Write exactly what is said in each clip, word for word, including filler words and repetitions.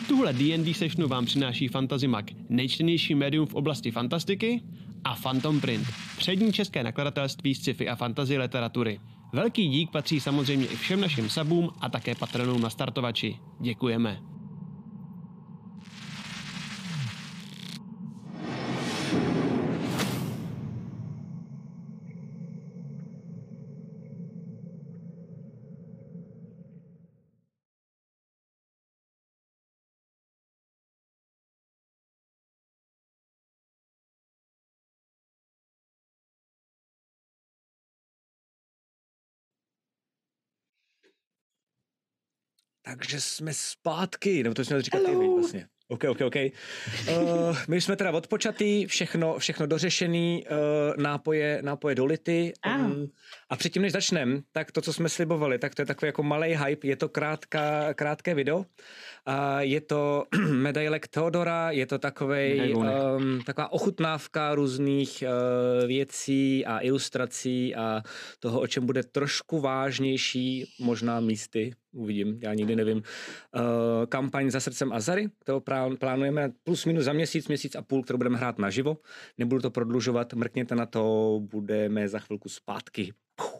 Tuhle D and D sessionu vám přináší Fantazimak, nejčtenější médium v oblasti fantastiky, a Phantom Print, přední české nakladatelství z sci-fi a fantasy literatury. Velký dík patří samozřejmě i všem našim subům a také patronům na startovači. Děkujeme. Takže jsme zpátky, nebo to jsme říkat i vy vlastně. OK, OK, OK. Uh, my jsme teda odpočatý, všechno, všechno dořešený, uh, nápoje, nápoje dolity. Um, a předtím, než začneme, tak to, co jsme slibovali, tak to je takový jako malej hype, je to krátká, krátké video. Uh, je to medailek Theodora, je to takovej, um, taková ochutnávka různých uh, věcí a ilustrací a toho, o čem bude trošku vážnější, možná místy, uvidím, já nikdy nevím, uh, kampaň Za srdcem Azary, kterou plánujeme plus minus za měsíc, měsíc a půl, kterou budeme hrát naživo. Nebudu to prodlužovat, mrkněte na to, budeme za chvilku zpátky. Puh.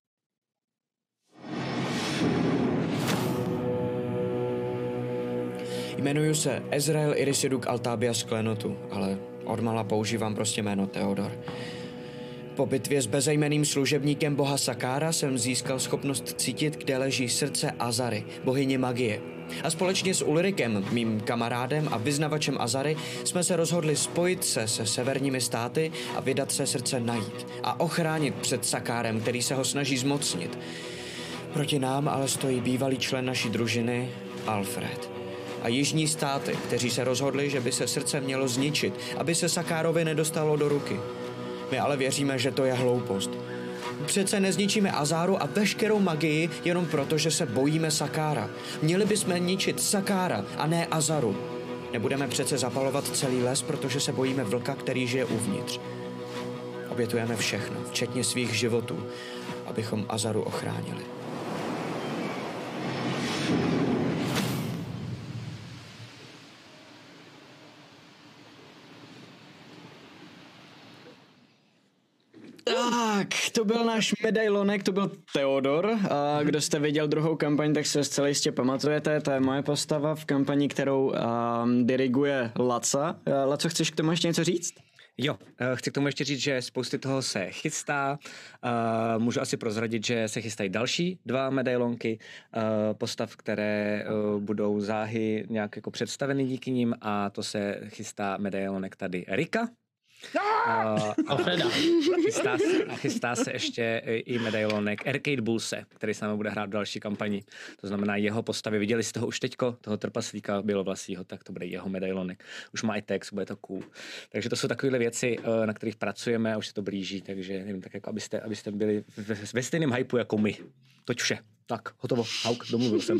Jmenuji se Ezrael Irisiduk Altabias Klenotu, ale odmala používám prostě jméno Theodor. Po bitvě s bezejmenným služebníkem boha Sakára jsem získal schopnost cítit, kde leží srdce Azary, bohyně magie. A společně s Ulrikem, mým kamarádem a vyznavačem Azary, jsme se rozhodli spojit se se severními státy a vydat se srdce najít a ochránit před Sakárem, který se ho snaží zmocnit. Proti nám ale stojí bývalý člen naší družiny, Alfred. A jižní státy, kteří se rozhodli, že by se srdce mělo zničit, aby se Sakárovi nedostalo do ruky. My ale věříme, že to je hloupost. Přece nezničíme Azáru a veškerou magii jenom proto, že se bojíme Sakára. Měli bychom ničit Sakára a ne Azaru. Nebudeme přece zapalovat celý les, protože se bojíme vlka, který žije uvnitř. Obětujeme všechno, včetně svých životů, abychom Azaru ochránili. Tak, to byl náš medailonek, to byl Theodor. A kdo jste viděl druhou kampaň, tak se zcela jistě pamatujete. To je moje postava v kampani, kterou um, diriguje Laca. Uh, Laco, chceš k tomu ještě něco říct? Jo, chci k tomu ještě říct, že spousty toho se chystá. Uh, můžu asi prozradit, že se chystají další dva medailonky uh, postav, které uh, budou záhy nějak jako představeny díky nim, a to se chystá medailonek tady Erika. Uh, Alfreda. Chystá se, a chystá se ještě i medailonek Arcade Bullse, který s námi bude hrát v další kampani. To znamená jeho postavy. Viděli jste ho už teďko, toho trpaslíka bělovlasího, tak to bude jeho medailonek. Už má i text, bude to cool. Takže to jsou takovéhle věci, na kterých pracujeme a už se to blíží, takže nevím, tak jako abyste, abyste byli ve, ve stejném hypeu jako my. Toť vše. Tak, hotovo. Hauk, domluvil jsem.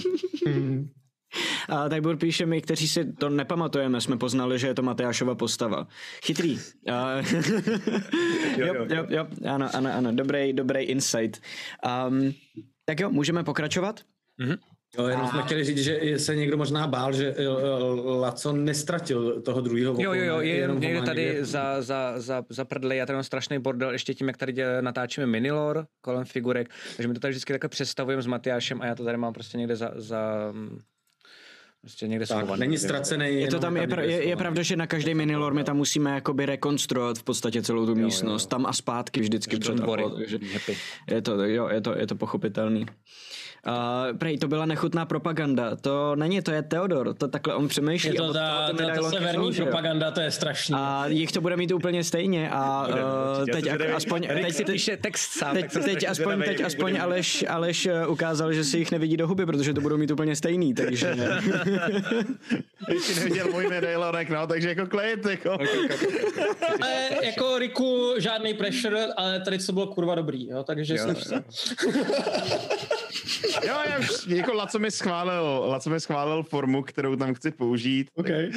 A Tibor píše, my, kteří si to nepamatujeme, jsme poznali, že je to Matyášova postava. Chytrý. A... jo, jo, jo, jo, ano, ano, ano, dobrý, dobrý insight. Um, tak jo, můžeme pokračovat? Mm-hmm. Jo, jenom jsme chtěli říct, že se někdo možná bál, že Laco nestratil toho druhého. Jo, jo, jo, je jenom někdo tady za, za, za, za prdle, já tady mám strašný bordel, ještě tím, jak tady natáčíme minilor kolem figurek, takže my to tady vždycky takhle představujeme s Matyášem a já to tady mám prostě někde za... za Prostě někde tak, není ztracený. Je to tam, je, pra, je, je pravda, že na každý minilor my tam musíme jakoby rekonstruovat v podstatě celou tu místnost, jo, jo. Tam a zpátky vždycky před a po, takže je to, jo, je to, je to pochopitelný. Uh, prej, to byla nechutná propaganda. To není, to je Theodor. To takhle on přemýšlí. Je to ta, ta, ta severní jsou, propaganda, to je strašný. A jich to bude mít úplně stejně. A uh, teď a, aspoň... Teď si píše text sám. Teď, teď aspoň, teď aspoň Aleš, Aleš ukázal, že si jich nevidí do huby, protože to budou mít úplně stejný, takže... Ještě neviděl můj medailonek, no, takže jako klid, jako... Ale jako Riku, žádný pressure, ale tady to bylo kurva dobrý, jo, takže... Jo, Jo, já už, jako Laco mi schválil, Laco mi schválil formu, kterou tam chci použít. Okay.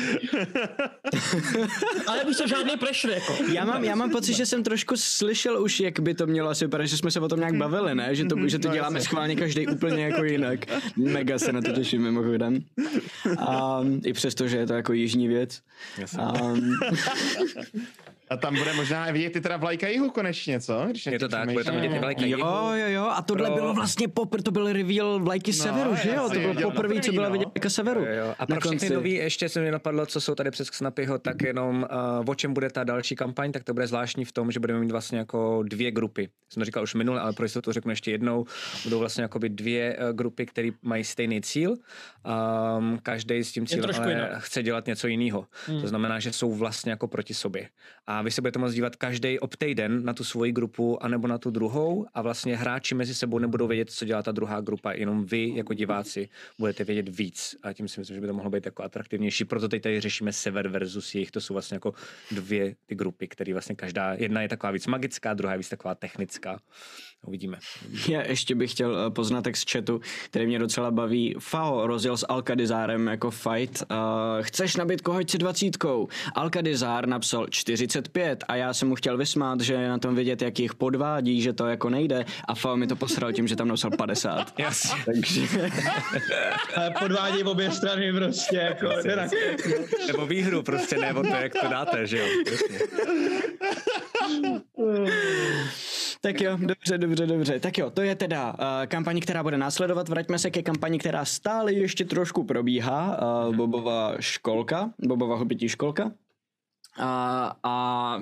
Ale víš to žádný pressure, jako. Já mám, já mám pocit, že jsem trošku slyšel už, jak by to mělo asi vypadat, že jsme se o tom nějak bavili, ne? Že to, že to děláme schválně každý úplně jako jinak. Mega se na to těším mimochodem. Um, I přesto, že je to jako jižní věc. Um, A tam bude možná vidět ty teda vlajka jihu konečně, co? Když je to tak, bude tam vidět ty vlajka jihu. Jo, jo, jo, a tohle Pro... bylo vlastně poprvé, to byl reveal vlajky no, severu, že jo? To bylo poprvé, co byla no. vidět vlajka severu. Jo, jo. A pro všechny nový, ještě se mi napadlo, co jsou tady přes Snapyho, tak jenom uh, o čem bude ta další kampaň, tak to bude zvláštní v tom, že budeme mít vlastně jako dvě grupy. Jsem to říkal už minule, ale pro jistotu to řeknu ještě jednou. Budou vlastně jako dvě uh, grupy, které mají stejný cíl. Um, každý s tím cílem ale chce dělat něco jiného. Hmm. To znamená, že jsou vlastně jako proti sobě. A vy se budete moct dívat každý ob týden na tu svoji grupu anebo na tu druhou a vlastně hráči mezi sebou nebudou vědět, co dělá ta druhá grupa, jenom vy jako diváci budete vědět víc a tím si myslím, že by to mohlo být jako atraktivnější. Proto teď tady řešíme sever versus jich, to jsou vlastně jako dvě ty grupy, které vlastně každá, jedna je taková víc magická, druhá je víc taková technická. Uvidíme. Já ještě bych chtěl poznatek z chatu, který mě docela baví. Fao rozjel s Alcadizárem jako fight. Uh, chceš nabídku, hoď si dvacítkou. Alcadizár napsal čtyřicet pět a já jsem mu chtěl vysmát, že je na tom vidět, jak jich podvádí, že to jako nejde a Fao mi to posral tím, že tam napsal padesát. Jasně. Takže... podvádí obě strany prostě, jako nebo výhru prostě, nebo to, jak to dáte, že jo. Tak jo, dobře, dobře, dobře. Tak jo, to je teda uh, kampaň, která bude následovat. Vraťme se ke kampani, která stále ještě trošku probíhá. Uh, Bobova školka, Bobova hobití školka. Uh, a,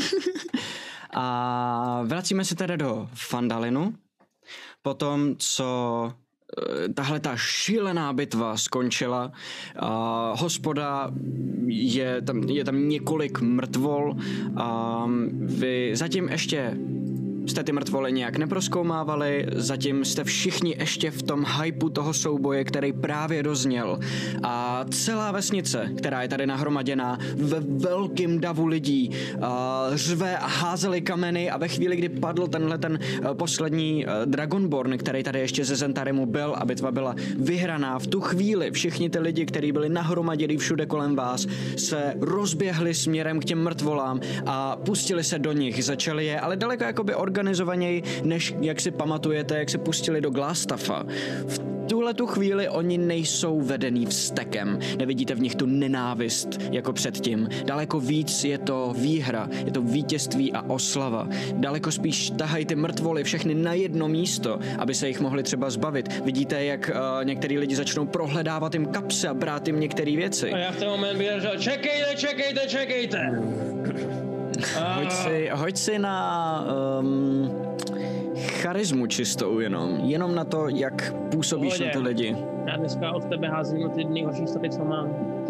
a vracíme se teda do Fandalinu. Potom, co tahle ta šílená bitva skončila. Uh, hospoda je tam, je tam několik mrtvol. Uh, vy zatím ještě jste ty mrtvoly nějak neprozkoumávali, zatím jste všichni ještě v tom hypeu toho souboje, který právě dozněl. A celá vesnice, která je tady nahromaděná ve velkým davu lidí, uh, řve a házeli kameny a ve chvíli, kdy padl tenhle ten uh, poslední uh, Dragonborn, který tady ještě ze Zentarimu byl a bitva byla vyhraná, v tu chvíli všichni ty lidi, kteří byli nahromaděni všude kolem vás, se rozběhli směrem k těm mrtvolám a pustili se do nich, začali je, ale daleko jakoby organizovaněji, než jak si pamatujete, jak se pustili do Glastaffa. V tuhle tu chvíli oni nejsou vedený vztekem. Nevidíte v nich tu nenávist jako předtím. Daleko víc je to výhra, je to vítězství a oslava. Daleko spíš tahají ty mrtvoly všechny na jedno místo, aby se jich mohli třeba zbavit. Vidíte, jak uh, některý lidi začnou prohledávat jim kapse a brát jim některé věci. A já v ten moment bych řekl, čekejte, čekejte, čekejte. Hoď si, hoď si na um, charismu čistou jenom. Jenom na to, jak působíš Pohodě. Na ty lidi. Já dneska od tebe házím na ty nejhorší staty, co mám.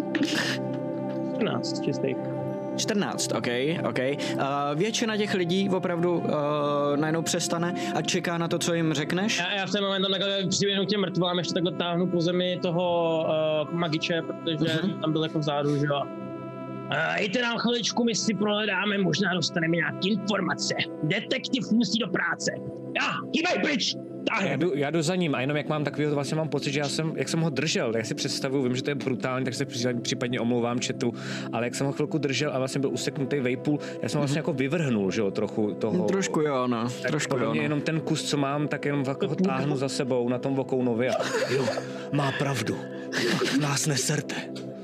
čtrnáct čistých. čtrnáct, ok, ok. Uh, většina těch lidí opravdu uh, najednou přestane a čeká na to, co jim řekneš. Já, já v ten moment tam takhle přiběhnu k těm mrtvám, ještě takhle táhnu po zemi toho uh, magiče, protože uh-huh. tam byl jako vzadu, že jo. Hejte nám chviličku, my si prohledáme, možná dostaneme nějaké informace. Detektiv musí do práce. Já, hýbej pryč! Já jdu, já jdu za ním a jenom jak mám takový, vlastně mám pocit, že já jsem, jak jsem ho držel, tak si představuju, vím, že to je brutální, tak se případně omlouvám chatu, ale jak jsem ho chvilku držel a vlastně byl useknutý vejpůl, já jsem vlastně jako vyvrhnul, že jo, trochu toho. Trošku jo, no. Tak trošku jo, no. Jenom ten kus, co mám, tak jenom ho táhnu za sebou na tom vokounovi a jo, má pravdu, tak nás neserte.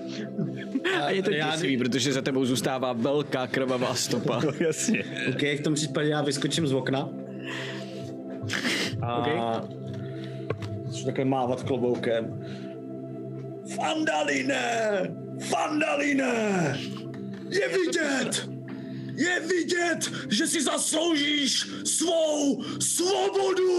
A je to děsivý, protože za tebou zůstává velká krvavá stopa. No, jasně. Ok, v tom případě já vyskočím z okna. A okay. Začnu takhle mávat kloboukem. Fandaline! Fandaline! Je vidět! Je vidět, že si zasloužíš svou svobodu!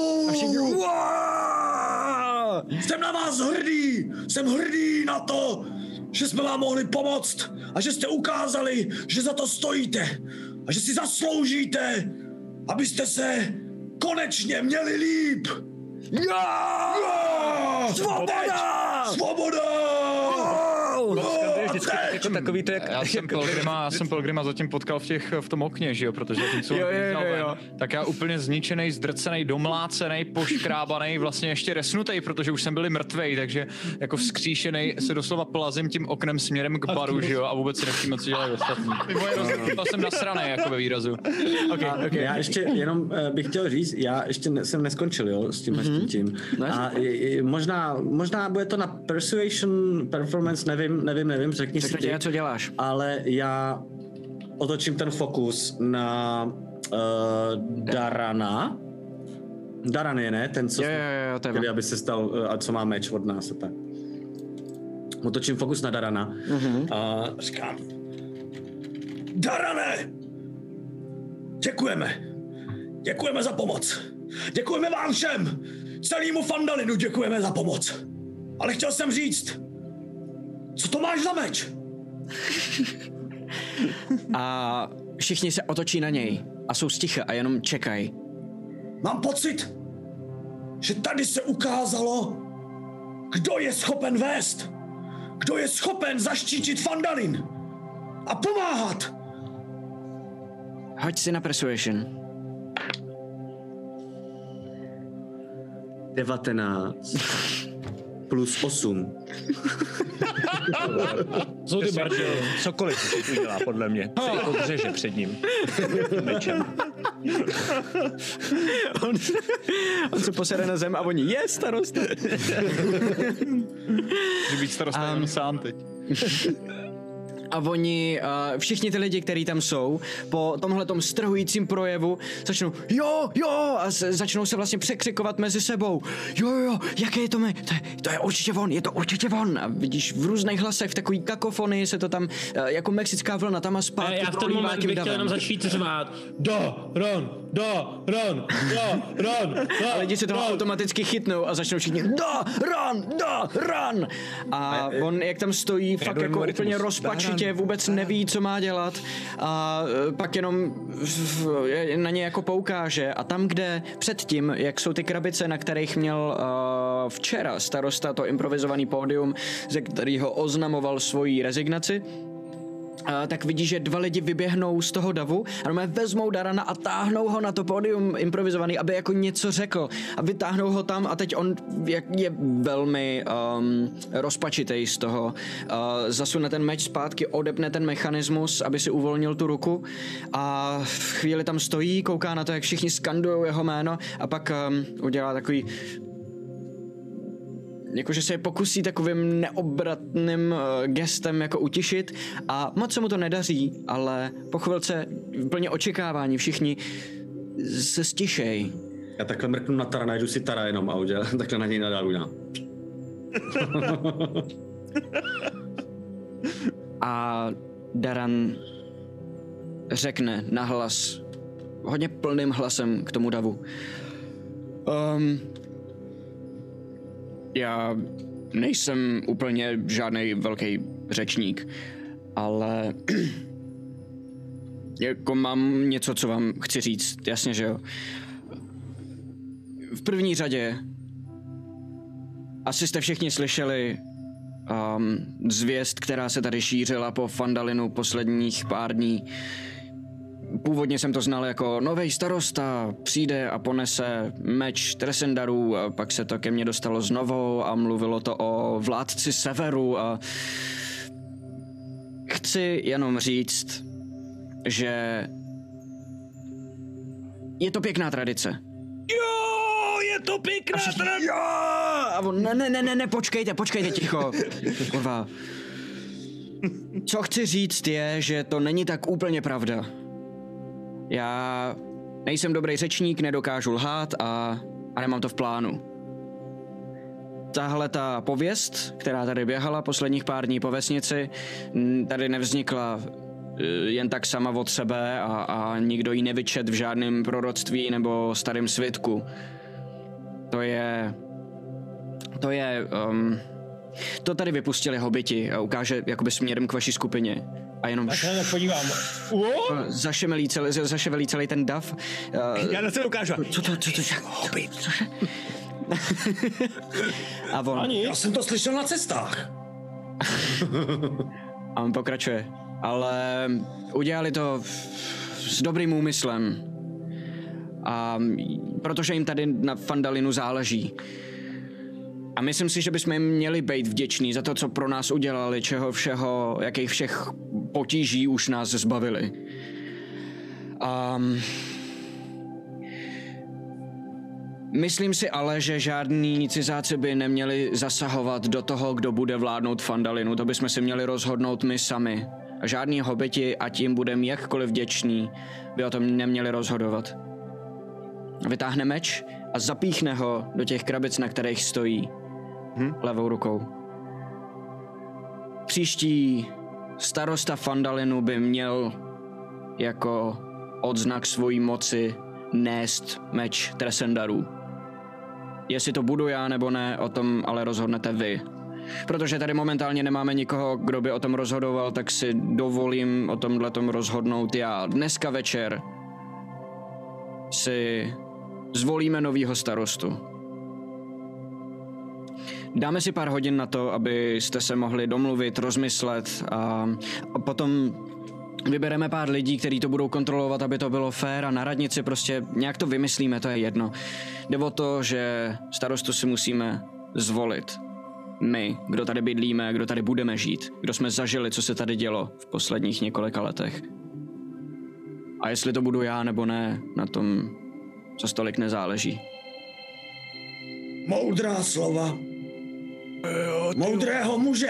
Jsem na vás hrdý! Jsem hrdý na to, že jsme vám mohli pomoct a že jste ukázali, že za to stojíte a že si zasloužíte, abyste se konečně měli líp. Ja! Ja! Svoboda! Svoboda! Wow! Jako takový to, jak... Já jsem Pelgrima, já jsem Pelgrima zatím potkal v, těch, v tom okně, že jo, protože tím co Jo, jo, jo, jo. tak já úplně zničenej, zdrcenej, domlácenej, poškrábanej, vlastně ještě resnutej, protože už jsem byli mrtvej, takže jako vzkříšenej se doslova plazím tím oknem směrem k baru, že jo, a vůbec si nevšiml, co dělají ostatní. To jsem nasranej, jako ve výrazu. Okay, okay. Já ještě jenom uh, bych chtěl říct, já ještě ne, jsem neskončil, jo, s tím mm-hmm. tím. A je, možná, možná bude to na persuasion, performance, nevím, nevím, nevím, řekni si ty. Co děláš? Ale já otočím ten fokus na uh, Darana. Daran je, ne? Ten, co jo, jo, jo, který, aby se stal, uh, a co má meč od nás a tak. Otočím fokus na Darana mm-hmm. a říkám: Darane! Děkujeme! Děkujeme za pomoc! Děkujeme vám všem! Celému Fandalinu děkujeme za pomoc! Ale chtěl jsem říct, co to máš za meč? A všichni se otočí na něj a jsou sticha a jenom čekají. Mám pocit, že tady se ukázalo, kdo je schopen vést, kdo je schopen zaštítit Fandalin a pomáhat. Hoď si na persuasion. devatenáct plus osm. Jsou ty bardi. Cokoliv si udělá, podle mě. Se jako dřeže před ním. Mečem. on, on se posede na zem a oni, je starosta. Může být starosta um, sám teď. A oni, uh, všichni ty lidi, kteří tam jsou, po tomhletom strhujícím projevu začnou jo, jo a z- začnou se vlastně překřikovat mezi sebou. Jo, jo, jaké je to my? To je, to je určitě on, je to určitě on. A vidíš v různých hlasech, v takový kakofonii se to tam, uh, jako mexická vlna tam a zpátky. Já v ten moment bych chtěl jenom začít řvát. Do, Ron, do, Ron, do, Ron, do, a lidi se toho automaticky chytnou a začnou všichni do, Ron, do, Ron. A on, jak tam stojí, fakt jako úplně rozpačitě, vůbec neví, co má dělat a pak jenom na ně jako poukáže a tam, kde předtím, jak jsou ty krabice, na kterých měl uh, včera starosta to improvizovaný pódium, ze kterého oznamoval svoji rezignaci, Uh, tak vidí, že dva lidi vyběhnou z toho davu a normálně vezmou Darana a táhnou ho na to pódium improvizovaný, aby jako něco řekl a vytáhnou ho tam a teď on je, je velmi um, rozpačitej z toho. Uh, zasune ten meč zpátky, odepne ten mechanismus, aby si uvolnil tu ruku a v chvíli tam stojí, kouká na to, jak všichni skandujou jeho jméno a pak um, udělá takový jakože se je pokusí takovým neobratným uh, gestem jako utišit a moc se mu to nedaří, ale po chvilce plně očekávání všichni se stišej. Já takhle mrknu na Tara, najdu si Tara jenom a udělám, takhle na něj nadál udělám. A Daran řekne nahlas, hodně plným hlasem k tomu davu. Um, Já nejsem úplně žádný velký řečník, ale jako mám něco, co vám chci říct, jasně, že jo. V první řadě asi jste všichni slyšeli um, zvěst, která se tady šířila po Fandalinu posledních pár dní. Původně jsem to znal jako novej starosta, přijde a ponese meč Tresendarů a pak se to ke mně dostalo znovu a mluvilo to o vládci severu a chci jenom říct, že je to pěkná tradice. Jo, je to pěkná tradice. Jo! A on, ne, ne, ne, ne, ne, počkejte, počkejte, ticho. Kurva. Co chci říct je, že to není tak úplně pravda. Já nejsem dobrý řečník, nedokážu lhát a, a nemám to v plánu. Tahle ta pověst, která tady běhala posledních pár dní po vesnici, tady nevznikla jen tak sama od sebe a, a nikdo ji nevyčet v žádném proroctví nebo starém svitku. To je... To je... Um, to tady vypustili hobiti a ukáže jakoby směrem k vaší skupině. A jenom tak se podívám. Zašemelí celý, zaševelí celý ten dav. Uh, Já na to ukážu. Co to, co to, co to, hobit, cože? A on... Já jsem to slyšel na cestách. A on pokračuje. Ale udělali to s dobrým úmyslem. A protože jim tady na Fandalinu záleží. A myslím si, že bychom jim měli být vděční za to, co pro nás udělali, čeho všeho, jakých všech potíží už nás zbavili. A myslím si ale, že žádní cizáci by neměli zasahovat do toho, kdo bude vládnout Fandalinu. To bychom si měli rozhodnout my sami. A žádní hobiti, ať jim budeme jakkoliv vděční, by o tom neměli rozhodovat. Vytáhne meč a zapíchne ho do těch krabic, na kterých stojí. Hm? Levou rukou. Příští starosta Fandalinu by měl jako odznak svojí moci nést meč Tresendarů. Jestli to budu já nebo ne, o tom ale rozhodnete vy. Protože tady momentálně nemáme nikoho, kdo by o tom rozhodoval, tak si dovolím o tomhletom rozhodnout já. Dneska večer si zvolíme novýho starostu. Dáme si pár hodin na to, abyste se mohli domluvit, rozmyslet a, a potom vybereme pár lidí, kteří to budou kontrolovat, aby to bylo fér a na radnici prostě nějak to vymyslíme, to je jedno. Jde o to, že starostu si musíme zvolit. My, kdo tady bydlíme, kdo tady budeme žít, kdo jsme zažili, co se tady dělo v posledních několika letech. A jestli to budu já nebo ne, na tom co stolik nezáleží. Moudrá slova. Moudrého muže.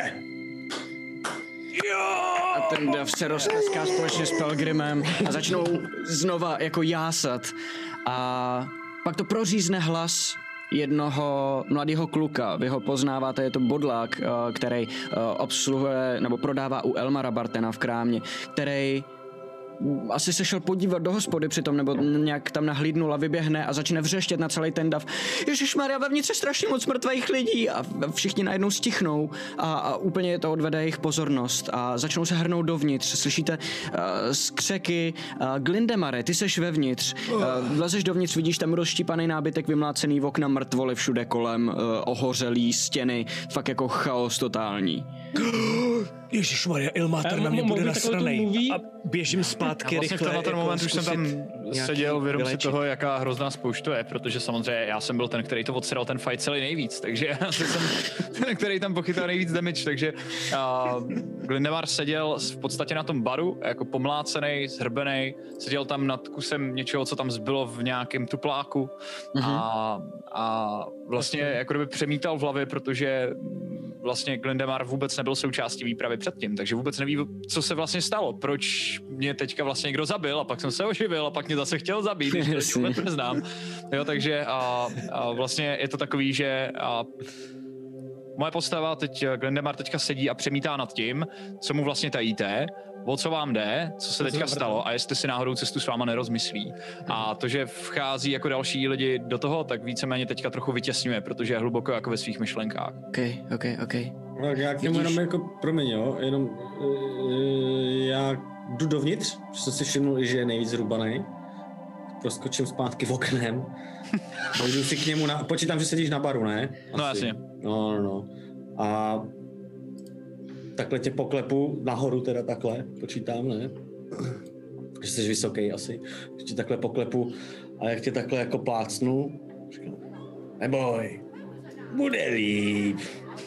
A ten dav se roztleská společně s Pelgrimem a začnou znova jako jásat. A pak to prořízne hlas jednoho mladého kluka. Vy ho poznáváte, je to bodlák, který obsluhuje nebo prodává u Elmara Bartena v krámě, který asi se šel podívat do hospody přitom, nebo nějak tam nahlídnul a vyběhne a začne vřeštět na celý ten dav. Ježišmarja, vevnitř je strašně moc mrtvých lidí a všichni najednou stichnou a, a úplně to odvede jejich pozornost a začnou se hrnout dovnitř. Slyšíte uh, skřeky. Uh, Glindemare, ty seš vevnitř. Uh, vlezeš dovnitř, vidíš tam rozštípaný nábytek, vymlácený v okna, mrtvoly všude kolem, uh, ohořelý stěny, fakt jako chaos totální. Ježišmarja, Ilmátor na mě bude nasranej. A běžím zpátky vlastně rychle. Vlastně v ten moment jako už jsem tam seděl, vědom si toho, jaká hrozná spoušť to je, protože samozřejmě já jsem byl ten, který to odsedal ten fight celý nejvíc, takže já jsem ten, který tam pochytal nejvíc damage, takže uh, Glindemar seděl v podstatě na tom baru, jako pomlácený, zhrbený, seděl tam nad kusem něčeho, co tam zbylo v nějakém tupláku mm-hmm. a, a vlastně jako kdyby přemítal v hlavě, protože vlastně Glindemar vůbec nebyl součástí výpravy předtím, takže vůbec neví, co se vlastně stalo, proč mě teďka vlastně někdo zabil a pak jsem se oživil a pak mě zase chtěl zabít, když to vůbec neznám. Jo, takže a, a vlastně je to takový, že a moje postava teď, Glindemar teďka sedí a přemítá nad tím, co mu vlastně tajíte, o co vám jde, co se teďka stalo a jestli si náhodou cestu s váma nerozmyslí. A to, že vchází jako další lidi do toho, tak víceméně teďka trochu vytěsňuje, protože je hluboko jako ve svých myšlenkách. Ok, ok, ok. No, já k němu jenom jako, promiň jo, jenom uh, já jdu dovnitř, že jsem si všimnul, že je nejvíc zrubanej. Proskočím zpátky v oknem. Pojdu si k němu, na, počítám, že sedíš na baru, ne? Asi. No jasně. No, no, no. A takhle tě poklepu, nahoru teda takhle, počítám, ne? Že jsi vysoký asi. Že tě takhle poklepu a jak tě takhle jako plácnu, říkám, neboj, bude líp.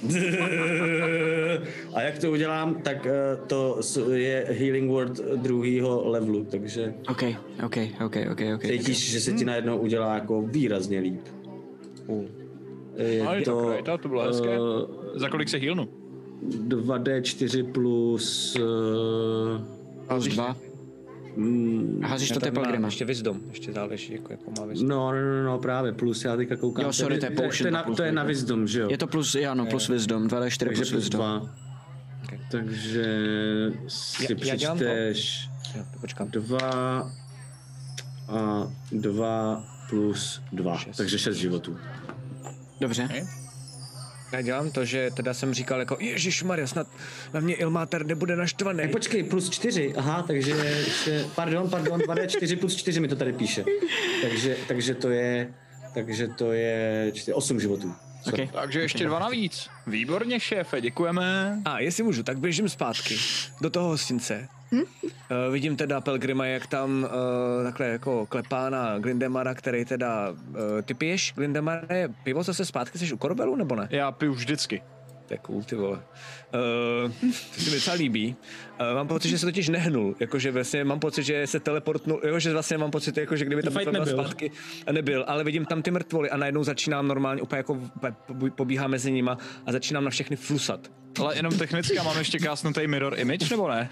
A jak to udělám, tak to je healing word druhýho levelu, takže Ok, ok, ok, ok, ok. cítíš, že se ti najednou udělá jako výrazně líp. Uh. Je to, to, to bylo hezké. Uh, Za kolik se healnu? dva dé čtyři plus... Uh, plus dva. Mm, házíš to ty Pelgrima. Ještě wisdom, ještě záleží, jako, jako má wisdom. No, no, no, no, právě, plus já teďka koukám. Jo, sorry, to je potion. To je na, to je na wisdom, že jo? Je to plus, ano, plus wisdom, dva dé čtyři plus wisdom. Okay. Takže si já, přečteš já počkám. dva a dva plus dva, šest. Takže šest životů. Dobře. Okay. Já dělám to, že teda jsem říkal jako ježišmarja, snad na mě Ilmáter nebude naštvaný. Hey, počkej, plus čtyři, aha, takže ještě, pardon, pardon, dva dé čtyři plus čtyři mi to tady píše. Takže, takže to je, takže to je čtyři, osm životů. Okay. Takže ještě dva navíc. Výborně, šéfe, děkujeme. A jestli můžu, tak běžím zpátky do toho hostince. Hm? Uh, vidím teda Pelgrima, jak tam uh, takhle jako klepá na Glindemara, který teda... Uh, ty piješ, Glindemare, pivo zase zpátky, jsi u Korbelu, nebo ne? Já piju vždycky. To je cool, ty vole. Uh, to se mi docela líbí. Uh, mám pocit, že se totiž nehnul. Jakože vlastně mám pocit, že se teleportnul, jakože vlastně mám pocit, jakože kdyby tam byl zpátky a nebyl, ale vidím tam ty mrtvoly a najednou začínám normálně úplně jako pobíhá mezi nima a začínám na všechny flusat. Ale jenom technická, mám ještě kásnutý mirror image, nebo ne?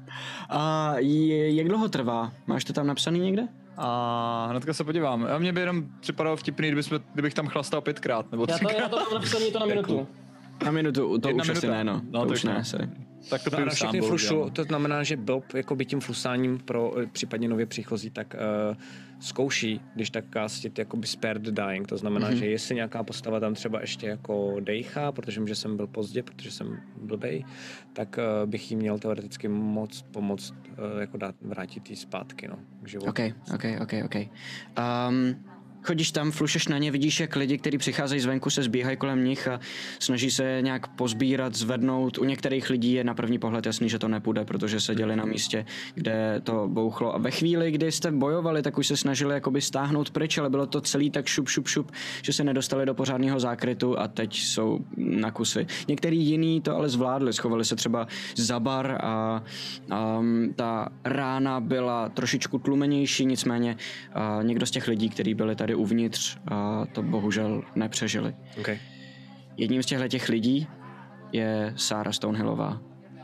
A je, jak dlouho trvá? Máš to tam napsaný někde? A hnedka se podívám. A mě by jenom připadalo vtipný, kdybychom, kdybych tam chlastal pětkrát, nebo třikrát. Já to, já to mám napsaný, to na minutu. Na minutu, to Jedna už minuta. asi ne, no. No, to to už ne. ne, sorry. Tak to No a piju na sám, všechny flušu, bohužel. to znamená, že Bob jakoby tím flusáním pro eh, případně nově příchozí, tak uh, zkouší, když tak castit jakoby spared dying, to znamená, mm-hmm. že jestli nějaká postava tam třeba ještě jako dejchá, protože že jsem byl pozdě, protože jsem blbej, tak uh, bych jí měl teoreticky moc pomoct uh, jako dát, vrátit jí zpátky, no, k životu. OK, OK, OK, OK. Um, chodíš tam, flušeš na ně, vidíš, jak lidi, kteří přicházejí zvenku, se zbíhají kolem nich a snaží se nějak pozbírat, zvednout. U některých lidí je na první pohled jasný, že to nepůjde, protože seděli na místě, kde to bouchlo. A ve chvíli, kdy jste bojovali, tak už se snažili jakoby stáhnout pryč, ale bylo to celý tak šup, šup, šup, že se nedostali do pořádného zákrytu a teď jsou na kusy. Některý jiný to ale zvládli, schovali se třeba za bar a um, ta rána byla trošičku tlumenější, nicméně uh, někdo z těch lidí, kteří byli tady uvnitř, a to bohužel nepřežili. Okay. Jedním z těchto těch lidí je Sarah Stonehillová,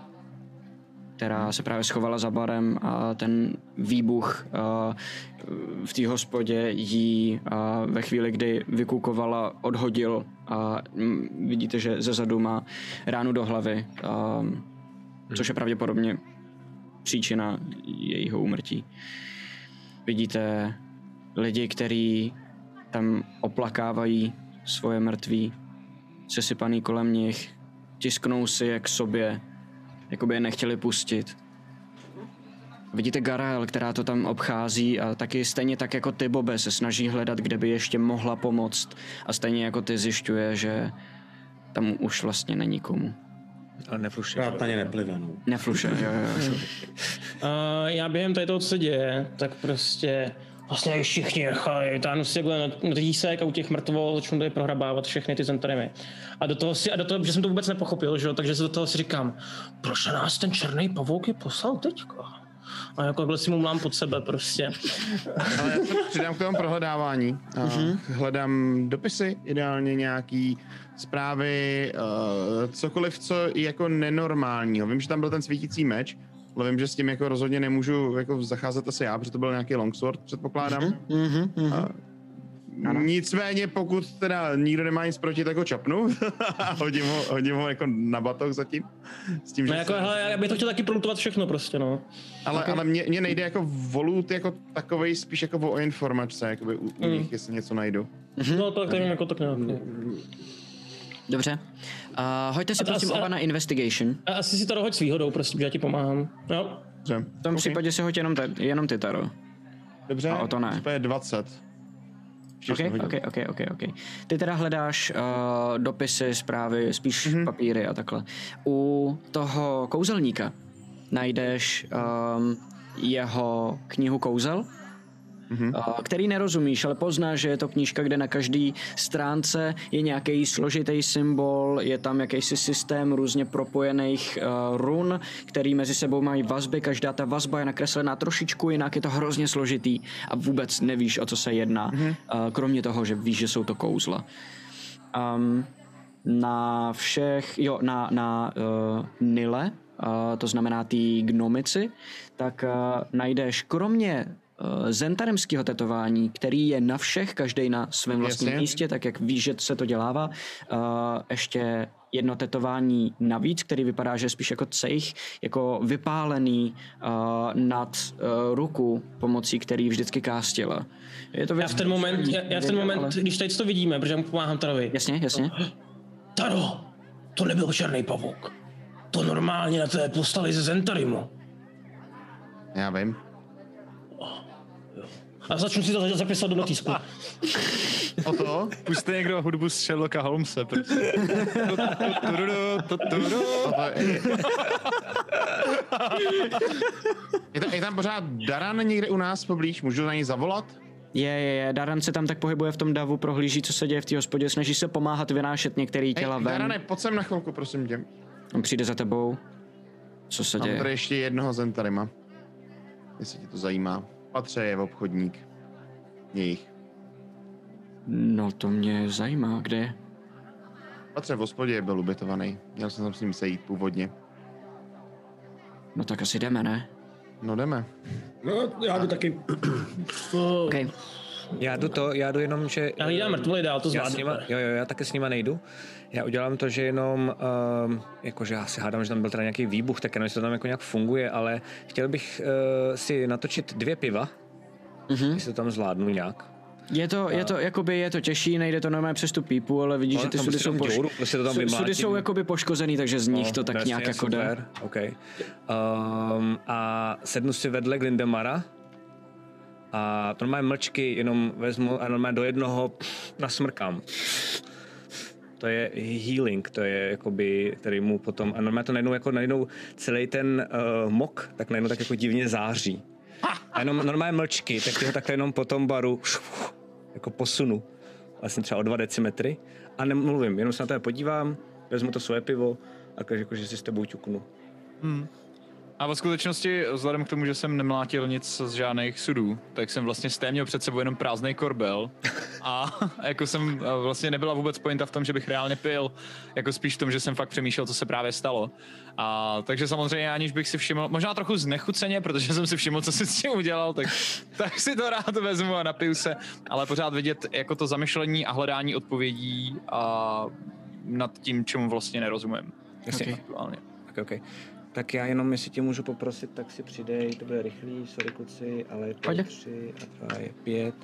která se právě schovala za barem a ten výbuch a, v té hospodě jí a, ve chvíli, kdy vykukovala, odhodil a m, vidíte, že zezadu má ránu do hlavy, a, což je pravděpodobně příčina jejího úmrtí. Vidíte lidi, kteří tam oplakávají svoje mrtví, sesypaný kolem nich, tisknou si je k sobě, jako by je nechtěli pustit. Vidíte Garael, která to tam obchází a taky stejně tak jako ty, Bobe, se snaží hledat, kde by ještě mohla pomoct a stejně jako ty zjišťuje, že tam už vlastně není komu. Ale nefluše. Rád na ně neplive, no. Nefluše, jo, jo, jo. Uh, já během tady toho, co se děje, tak prostě vlastně všichni nechali, táhnu si takhle na týsek a u těch mrtvol začnu tady prohrabávat všechny ty zentarimy. A do toho si, a do toho, že jsem to vůbec nepochopil, že jo, takže se do toho si říkám, proč nás ten černý pavouk je poslal teďko? A jako takhle si mu mlám pod sebe prostě. Ale já se přidám k tomu prohledávání. A mm-hmm. Hledám dopisy, ideálně nějaký zprávy, uh, cokoliv, co je jako nenormálního. Vím, že tam byl ten svítící meč, ale vím, že s tím jako rozhodně nemůžu jako zacházet asi já, protože to byl nějaký longsword, předpokládám. Mm-hmm, mm-hmm. A nicméně, pokud teda nikdo nemá nic proti, tak ho čapnu a hodím ho, hodím ho jako na batoh zatím. S tím, no že jako, se... hele, já bych to chtěl taky prolutovat všechno prostě, no. Ale, okay. ale mě, mě nejde jako volut jako takovej, spíš jako o informace, jakoby u, u mm. nich, jestli něco najdu. Mm-hmm. No tak nevím, jako tak nějak. Dobře. Uh, hoďte si prosím oba na investigation. A asi si to hoď s výhodou, prostě, že já ti pomáhám. Jo? Dobře. V tom okay. případě si hoď jenom, te, jenom ty, Taro. Dobře, a o to ne. To je dvacet. Okay, okay, okay, okay, okay. Ty teda hledáš uh, dopisy, zprávy, spíš mm-hmm. papíry a takhle. U toho kouzelníka najdeš um, jeho knihu kouzel, mm-hmm. uh, který nerozumíš, ale poznáš, že je to knížka, kde na každý stránce je nějaký složitý symbol, je tam jakýsi systém různě propojených uh, run, který mezi sebou mají vazby, každá ta vazba je nakreslená trošičku jinak, je to hrozně složitý a vůbec nevíš, o co se jedná, mm-hmm. uh, kromě toho, že víš, že jsou to kouzla. Um, na všech, jo, na, na uh, Nile, uh, to znamená tý gnomici, tak uh, najdeš kromě zentaremského tetování, který je na všech, každý na svém vlastním Jasně. místě, tak jak víš, že se to dělává. Uh, ještě jedno tetování navíc, který vypadá, že je spíš jako cejch, jako vypálený uh, nad uh, ruku, pomocí který vždycky kástila. Je to věc, já v ten moment, já, já v ten moment, ale... když tady to vidíme, protože mu pomáhám Tarovi. Jasně, jasně. Taro, to nebyl černý pavouk. To normálně na té postali ze Zentarimu. Já vím. A začnu si to zapisovat do notísku. O to? Puste někdo hudbu z Sherlocka Holmese, prostě. Je, ta, je tam pořád Daran někde u nás poblíž? Můžu na něj zavolat? Je, je, je. Daran se tam tak pohybuje v tom davu, prohlíží, co se děje v té hospodě, snaží se pomáhat vynášet některé těla Hej, ven. Darane, pojď sem na chvilku, prosím tě. On přijde za tebou. Co se Mám děje? tady ještě jednoho Zentarima. Jestli tě to zajímá. Patře je obchodník. Jejich. No to mě zajímá, kde je? Patře v hospodě byl ubytovaný. Měl jsem tam s ním sejít původně. No tak asi jdeme, ne? No jdeme. No, já jdu taky. Okay. Já jdu to, já jdu jenom, že... Já hlídám mrtvoly dál, to já s nima, zvládnu. jo, jo, já taky s nima nejdu. Já udělám to, že jenom, um, jakože já si hádám, že tam byl teda nějaký výbuch, tak jenom, jestli to tam jako nějak funguje, ale chtěl bych uh, si natočit dvě piva, Mhm. jestli to tam zvládnu nějak. Je to, je to, jakoby je to těžší, nejde to normálně přes tu pípu, ale vidíš, No, že ty tam sudy prostě jsou, tam poš... děuru, prostě to tam su- sudy vymlátím. jsou jakoby poškozený, takže z nich to tak jasně, nějak jako jde. super, okay. um, a sednu si vedle Glindemara a to normálně mlčky jenom vezmu a normálně do jednoho nasmrkám. To je healing, to je jakoby, který mu potom, a normálně to najednou, jako najednou celý ten uh, mok, tak najednou tak jako divně září. A jenom normálně mlčky, tak ty ho takhle jenom po tom baru jako posunu. Vlastně třeba o dva decimetry a nemluvím, jenom se na to podívám, vezmu to svoje pivo a každý, jako, že si s tebou ťuknu. Hmm. A ve skutečnosti, vzhledem k tomu, že jsem nemlátil nic z žádných sudů, tak jsem vlastně z té měl před sebou jenom prázdnej korbel a jako jsem vlastně nebyla vůbec pointa v tom, že bych reálně pil, jako spíš v tom, že jsem fakt přemýšlel, co se právě stalo. A takže samozřejmě aniž bych si všiml, možná trochu znechuceně, protože jsem si všiml, co si s tím udělal, tak, tak si to rád vezmu a napiju se, ale pořád vidět jako to zamyšlení a hledání odpovědí a nad tím, čemu vlastně nerozumím. Jasně. Okay. Aktuálně. Okay, okay. Tak já jenom, jestli tě můžu poprosit, tak si přidej, to bude rychlý, sorry kluci, ale je to tři a dva je pět.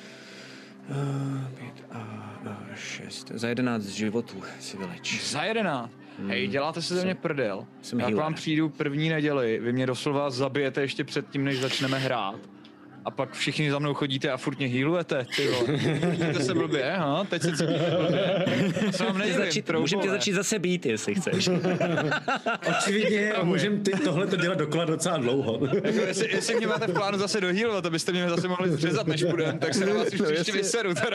Uh, pět a uh, šest. Za jedenáct životů si vyleč. Za jedenáct? Hmm. Hej, děláte si ze mě prdel. Jsem Já k healer. vám přijdu první neděli, vy mě doslova zabijete ještě předtím, než začneme hrát. A pak všichni za mnou chodíte a furt mě healujete, ty vole. Cítíte se blbě, ha? Teď se cítíte blbě. Já se vám nedivím, Začít, můžeme tě začít zase být, jestli chceš. Očividně můžeme tohle to dělat dokola docela dlouho. Jako, jestli, jestli mě máte v plánu zase dohealovat, abyste mě zase mohli zřezat, než půjdem, tak se na vás už příště vyseru teda.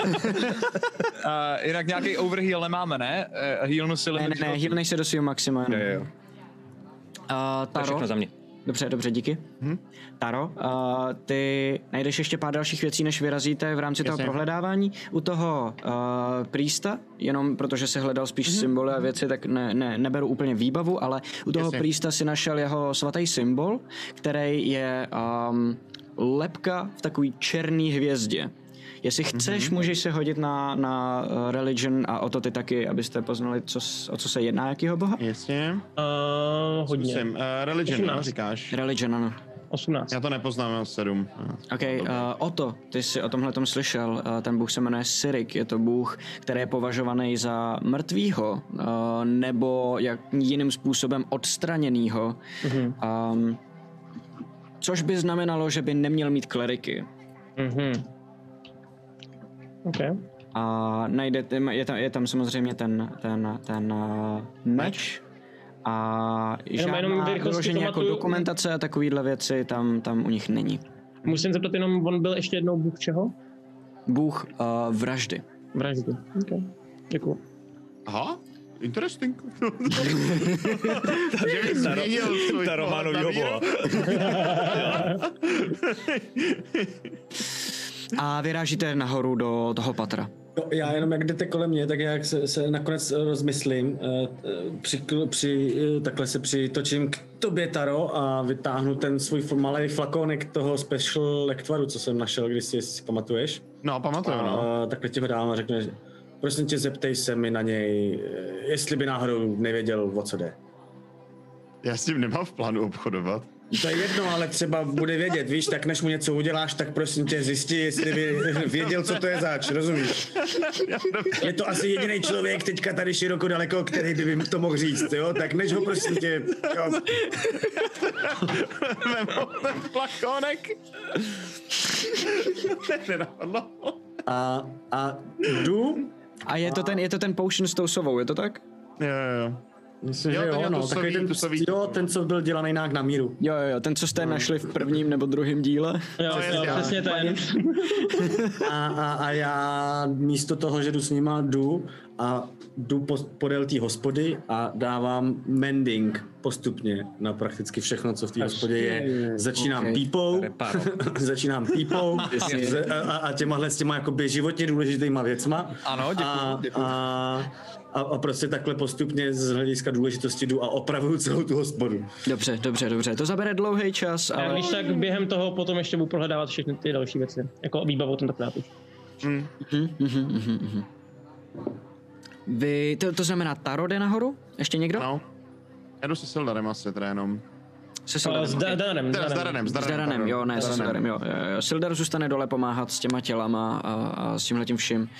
A jinak nějaký overheal nemáme, ne? Healnu si Ne, ne, ne, healnej se do svého maxima. Jo, jo. Uh, To je Taro, všechno za mě. dobře, dobře, díky. Hm? Taro, uh, ty najdeš ještě pár dalších věcí, než vyrazíte v rámci toho Jasně. prohledávání. U toho uh, prísta, jenom protože se hledal spíš mm-hmm. symboly a věci, tak ne, ne, neberu úplně výbavu, ale u toho Jasně. prísta si našel jeho svatý symbol, který je um, lebka v takové černé hvězdě. Jestli chceš, mm-hmm. můžeš se hodit na, na uh, religion a o to ty taky, abyste poznali, co, s- o co se jedná, jakýho boha? Jasně. Uh, hodně. Zkusím. Uh, religion, no, osmnáct. říkáš. Religion, ano. osmnáct. Já to nepoznám, mám sedm. OK, uh, Oto, ty jsi o tomhletom slyšel, uh, ten bůh se jmenuje Sirik, je to bůh, který je považovaný za mrtvýho, uh, nebo jak jiným způsobem odstraněnýho, mm-hmm. um, což by znamenalo, že by neměl mít kleriky. Mhm. OK. A najdete, je tam, je tam samozřejmě ten, ten, ten uh, meč a Jenom- jenom žádná v rychlosti vyloženě jako pamatuju- dokumentace a takovýhle věci tam, tam u nich není. Musím zeptat jenom, on byl ještě jednou bůh čeho? Bůh uh, vraždy. Vraždy. OK. Děkuju. Aha, interesting. Že bych změnil svůj Ta Románovýho boha. A vyrážíte nahoru do toho patra. No, já jenom jak jdete kolem mě, tak já se, se nakonec rozmyslím, eh, při, při, eh, takhle se přitočím k tobě, Taro, a vytáhnu ten svůj malý flakonek toho special lektvaru, co jsem našel, když si, jestli si pamatuješ. No, pamatuju, no. A takhle ti ho dám a řekne, že prosím tě, zeptej se mi na něj, eh, jestli by náhodou nevěděl, o co jde. Já s tím nemám v plánu obchodovat. To je jedno, ale třeba bude vědět, víš, tak než mu něco uděláš, tak prosím tě zjistí, jestli by věděl, co to je zač, rozumíš? Je to asi jediný člověk teďka tady široko daleko, který by mi to mohl říct, jo? Tak než ho prosím tě, jo. Vem ten flakonek. a, a jdu. A je to, ten, je to ten potion s tou sovou, je to tak? Jo, jo, jo. Myslím, Jo, že ten jo, jo, no, tu takový soví- ten, tu soví- jo, ten, co byl dělaný nějak na míru. Jo, jo, jo, ten, co jste našli v prvním nebo druhém díle. Jo, jo, jo. přesně ten. A, a, a já místo toho, že jdu s nima, jdu a jdu po, podél té hospody a dávám mending postupně na prakticky všechno, co v té hospodě je. Začínám Okay. pípou, začínám pípou z- a, a těmahle s těma jakoby životně důležitýma věcma. Ano, děkuju, a, děkuju. A, a, a prostě takhle postupně z hlediska důležitosti jdu a opravuju celou tu hospodu. Dobře, dobře, dobře. To zabere dlouhý čas, A ale... když tak během toho potom ještě budu prohledávat všechny ty další věci. Jako výbavu tentokrát už. Mhm, mhm, mhm, mhm. Vy, to, to znamená, Taro jde nahoru? Ještě někdo? No. Já jdu se Sildarem asi, teda jenom. Se A Sildarem. s okay. Da- Daranem. Teda s Daranem. Daranem, s S Daranem. Daranem, pardon. jo, ne, S se Daranem. Sildarem, jo, jo, jo. Sildar zůstane dole pomáhat s těma tělama a, a s tímhletím vším.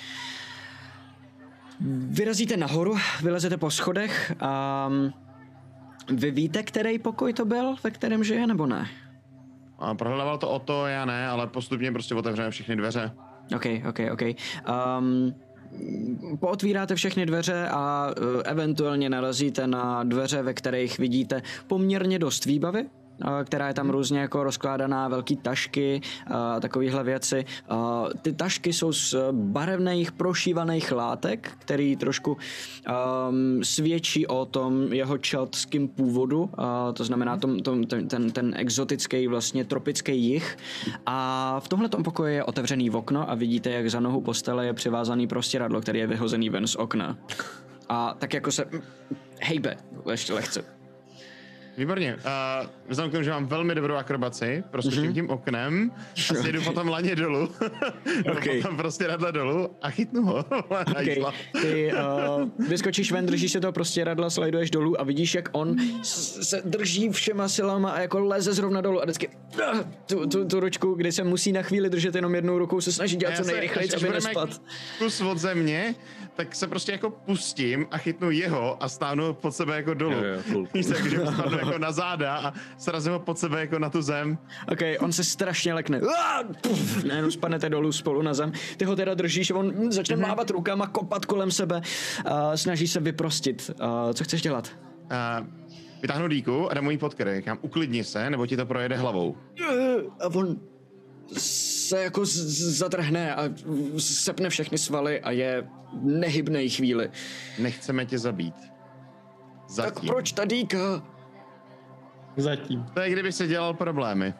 Vyrazíte nahoru, vylezete po schodech a vy víte, který pokoj to byl, ve kterém žije, nebo ne? A prohledával to o to, já ne, ale postupně prostě otevřeme všechny dveře. OK, OK, OK. Um, pootvíráte všechny dveře a uh, eventuálně narazíte na dveře, ve kterých vidíte poměrně dost výbavy, uh, která je tam různě jako rozkládaná, velký tašky, uh, takovéhle věci. Uh, ty tašky jsou z barevných prošívaných látek, který trošku um, svědčí o tom jeho čeltském původu, uh, to znamená tom, tom, ten, ten, ten exotický vlastně tropický jih. A v tomhletom pokoji je otevřený okno a vidíte, jak za nohu postele je přivázaný prostěradlo, který je vyhozený ven z okna. A tak jako se mm, hejbe ještě lehce. Výborně. Uh, vzhledem k tomu, že mám velmi dobrou akrobaci, proskočím mm-hmm. tím oknem a sjedu potom laně dolů. Okay. Potom prostě radle dolů a chytnu ho. Okay. Ty uh, vyskočíš ven, držíš se toho prostě radla, slajduješ dolů a vidíš, jak on s- se drží všema silama a jako leze zrovna dolů a vždycky uh, tu, tu, tu ručku, kdy se musí na chvíli držet jenom jednou rukou, se snaží dělat co nejrychleji, aby nespad. Kus od země, tak se prostě jako pustím a chytnu jeho a stáhnu pod sebe jako dolů. Jo, jo, cool, cool. Takže spadnu jako na záda a srazím ho pod sebe jako na tu zem. Ok, on se strašně lekne. Najednou spadnete dolů spolu na zem. Ty ho teda držíš, on začne Mhm. mávat rukama, kopat kolem sebe, a snaží se vyprostit. A co chceš dělat? Uh, vytáhnu dýku a dám mu jí pod krk. Říkám, uklidni se, nebo ti to projede hlavou. A on se jako z- z- zatrhne a sepne všechny svaly a je nehybnej chvíli. Nechceme tě zabít. Zatím. Tak proč ta dýka? Zatím. To je, kdyby se dělal problémy.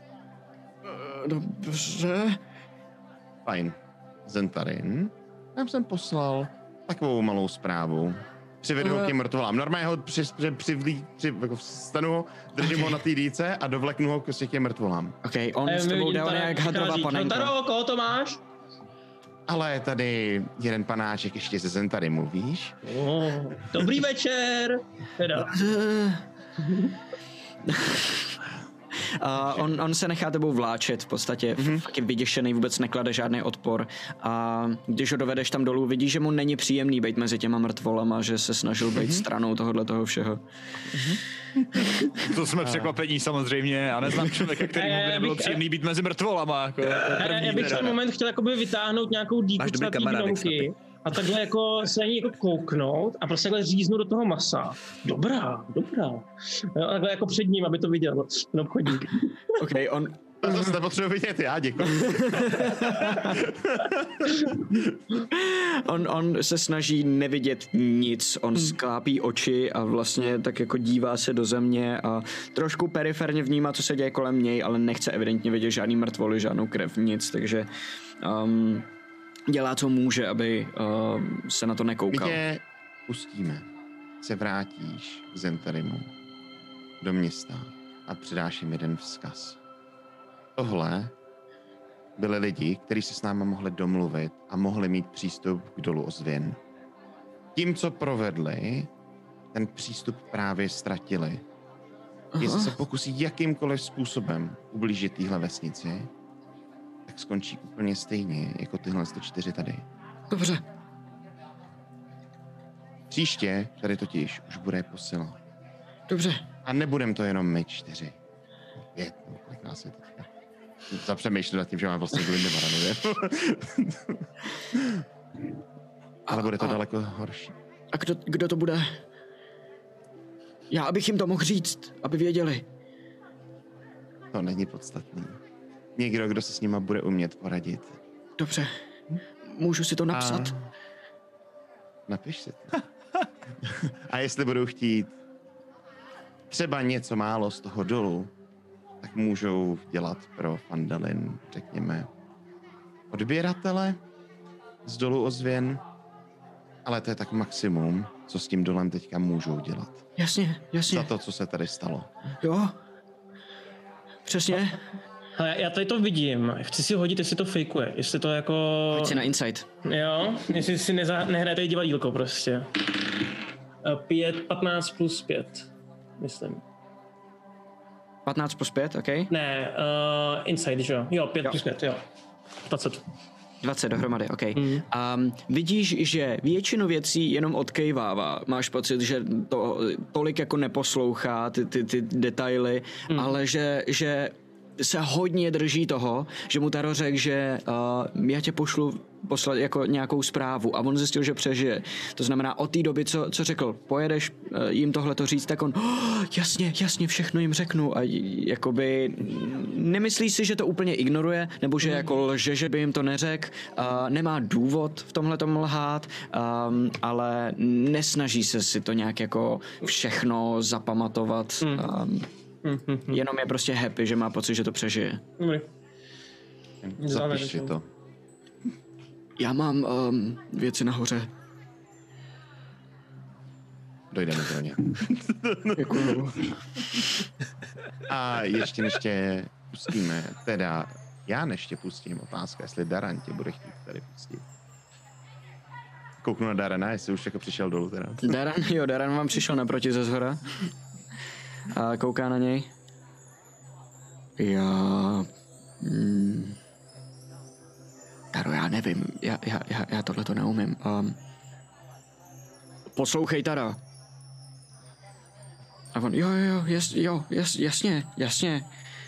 Dobře. Fajn. Zentarin nám jsem poslal takovou malou zprávu. Přivedu ho k těm mrtvolám. Normálně ho při, při, přivlí, při, jako vstanu ho, držím ho na té dýce a dovleknu ho k těm mrtvolám. Ok, on A s my tebou vidím dal tady, nějak jak hadrová přichází. panenka. No Taro, koho to máš? Ale je tady jeden panáček ještě ze Zentarimu, víš? Oh, dobrý večer. Teda. A on, on se nechá tebou vláčet, v podstatě mm-hmm. fakt je vyděšený, vůbec neklade žádný odpor. A když ho dovedeš tam dolů, vidíš, že mu není příjemný být mezi těma mrtvolama, že se snažil být mm-hmm. stranou tohohle toho všeho. To jsme překvapení samozřejmě a neznám člověka, který Eh, by nebylo bych- příjemný být mezi mrtvolama. Jako, to je Já, první já bych teda. ten moment chtěl jakoby vytáhnout nějakou dýku Máš dobrý třeba té kamarádek gnomky a takhle jako se na ní jako kouknout a prostě takhle říznout do toho masa. Dobrá, dobrá. Jo, takhle jako před ním, aby to viděl ten obchodník. Ok, on, To zase nepotřebuji vidět já, děkuji. on, on se snaží nevidět nic, on Hmm. sklápí oči a vlastně tak jako dívá se do země a trošku periferně vnímá, co se děje kolem něj, ale nechce evidentně vidět žádný mrtvoly, žádnou krev, nic, takže um, dělá, co může, aby um, se na to My nekoukal. tě pustíme. Se vrátíš k Zentarimu do města a předáš jim jeden vzkaz. Tohle byli lidi, kteří se s námi mohli domluvit a mohli mít přístup k dolu ozvěn. Tím, co provedli, ten přístup právě ztratili. Jestli se pokusí jakýmkoliv způsobem ublížit téhle vesnici, tak skončí úplně stejně jako tyhle čtyři tady. Dobře. Příště tady totiž už bude posila. Dobře. A nebudem to jenom my čtyři. Pět, no, kolik nás je teďka. zapřemýšlím nad tím, že mám vlastně Glindemara nově. Ale bude to a, daleko horší. A kdo, kdo to bude? Já, abych jim to mohl říct, aby věděli. To není podstatný. Někdo, kdo se s nima bude umět poradit. Dobře. Můžu si to napsat? A... Napiš si to. A jestli budou chtít třeba něco málo z toho dolu, tak můžou dělat pro Fandalin, řekněme, odběratele z dolu ozvěn, ale to je tak maximum, co s tím dolem teďka můžou dělat. Jasně, jasně. Za to, co se tady stalo. Jo. Přesně. Hele, já tady to vidím. Chci si hodit, jestli to fejkuje. Jestli to jako... Hoď si na insight. Jo, jestli si neza... nehrajete divadílko prostě. Pět, patnáct plus pět, myslím. patnáct plus pět, ok. Ne, uh, insight, že jo? Jo, pět jo. plus pět, jo. dvacet. dvacet dohromady, ok. Mm. Um, vidíš, že většinu věcí jenom odkejvává. Máš pocit, že to tolik jako neposlouchá ty, ty, ty detaily, mm. ale že, že se hodně drží toho, že mu Taro řekl, že uh, já tě pošlu poslat jako nějakou zprávu a on zjistil, že přežije. To znamená od té doby, co, co řekl, pojedeš uh, jim tohle to říct, tak on oh, jasně, jasně, všechno jim řeknu a jakoby nemyslí si, že to úplně ignoruje, nebo že mm. jako lže, že by jim to neřekl, uh, nemá důvod v tomhle tom lhát, um, ale nesnaží se si to nějak jako všechno zapamatovat. Mm. Um, Mm-hmm. Jenom je prostě happy, že má pocit, že to přežije. Mm. Zapiš si to. Já mám um, věci nahoře. Dojdeme do ně. Děkuju. A ještě než tě pustíme, teda já než tě pustím, otázka, jestli Daran tě bude chtít tady pustit. Kouknu na Darana, jestli už jako přišel dolů teda. Daran, jo, Daran vám přišel naproti ze zhora. A kouká na něj. Já... Mm, Taro, já nevím. Já, já, já, já tohle to neumím. Um, poslouchej, Taro. A on, jo, jo, jas, jo, jas, jasně, jasně.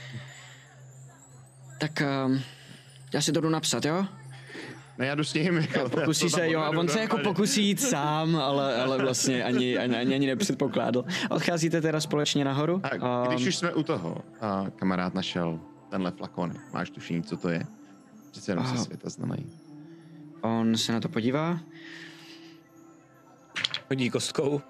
Tak um, já si to jdu napsat, jo? No já jdu s ním. Jako, pokusí se, jo, a on se jako pokusí jít sám, ale, ale vlastně ani, ani, ani nepředpokládal. Odcházíte teda společně nahoru? A když už jsme u toho, a kamarád našel tenhle flakon, máš tušení, co to je? Přece jenom se světa znají. On se na to podívá. Hodí kostkou.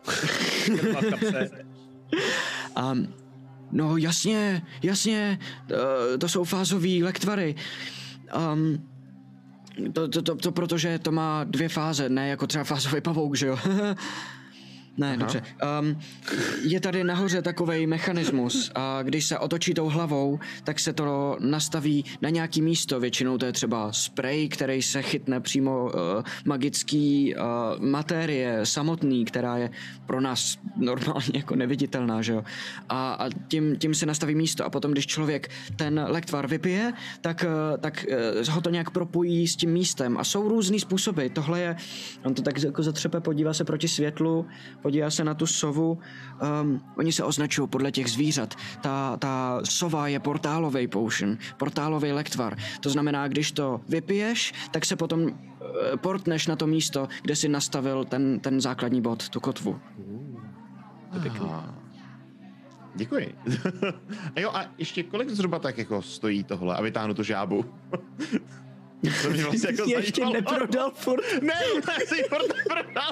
um, no jasně, jasně, to, to jsou fázový lektvary. Um, To, to, to, to protože to má dvě fáze, ne jako třeba fázový pavouk, že jo? Ne, Aha. dobře. Um, je tady nahoře takovej mechanismus a když se otočí tou hlavou, tak se to nastaví na nějaký místo. Většinou to je třeba sprej, který se chytne přímo uh, magický uh, materie samotný, která je pro nás normálně jako neviditelná, že jo? A, a tím, tím se nastaví místo a potom, když člověk ten lektvar vypije, tak, uh, tak uh, ho to nějak propojí s tím místem a jsou různý způsoby. Tohle je, on to tak jako zatřepe, podívá se proti světlu, podívá se na tu sovu. Um, oni se označují podle těch zvířat. Ta, ta sova je portálový potion, portálový lektvar. To znamená, když to vypiješ, tak se potom uh, portneš na to místo, kde si nastavil ten, ten základní bod, tu kotvu. To je pěkný. Děkuji. A jo, a ještě kolik zhruba tak jako stojí tohle a vytáhnu tu žábu? To mě vlastně jako ještě neprodal furt. Ne, já si ji furt neprodal.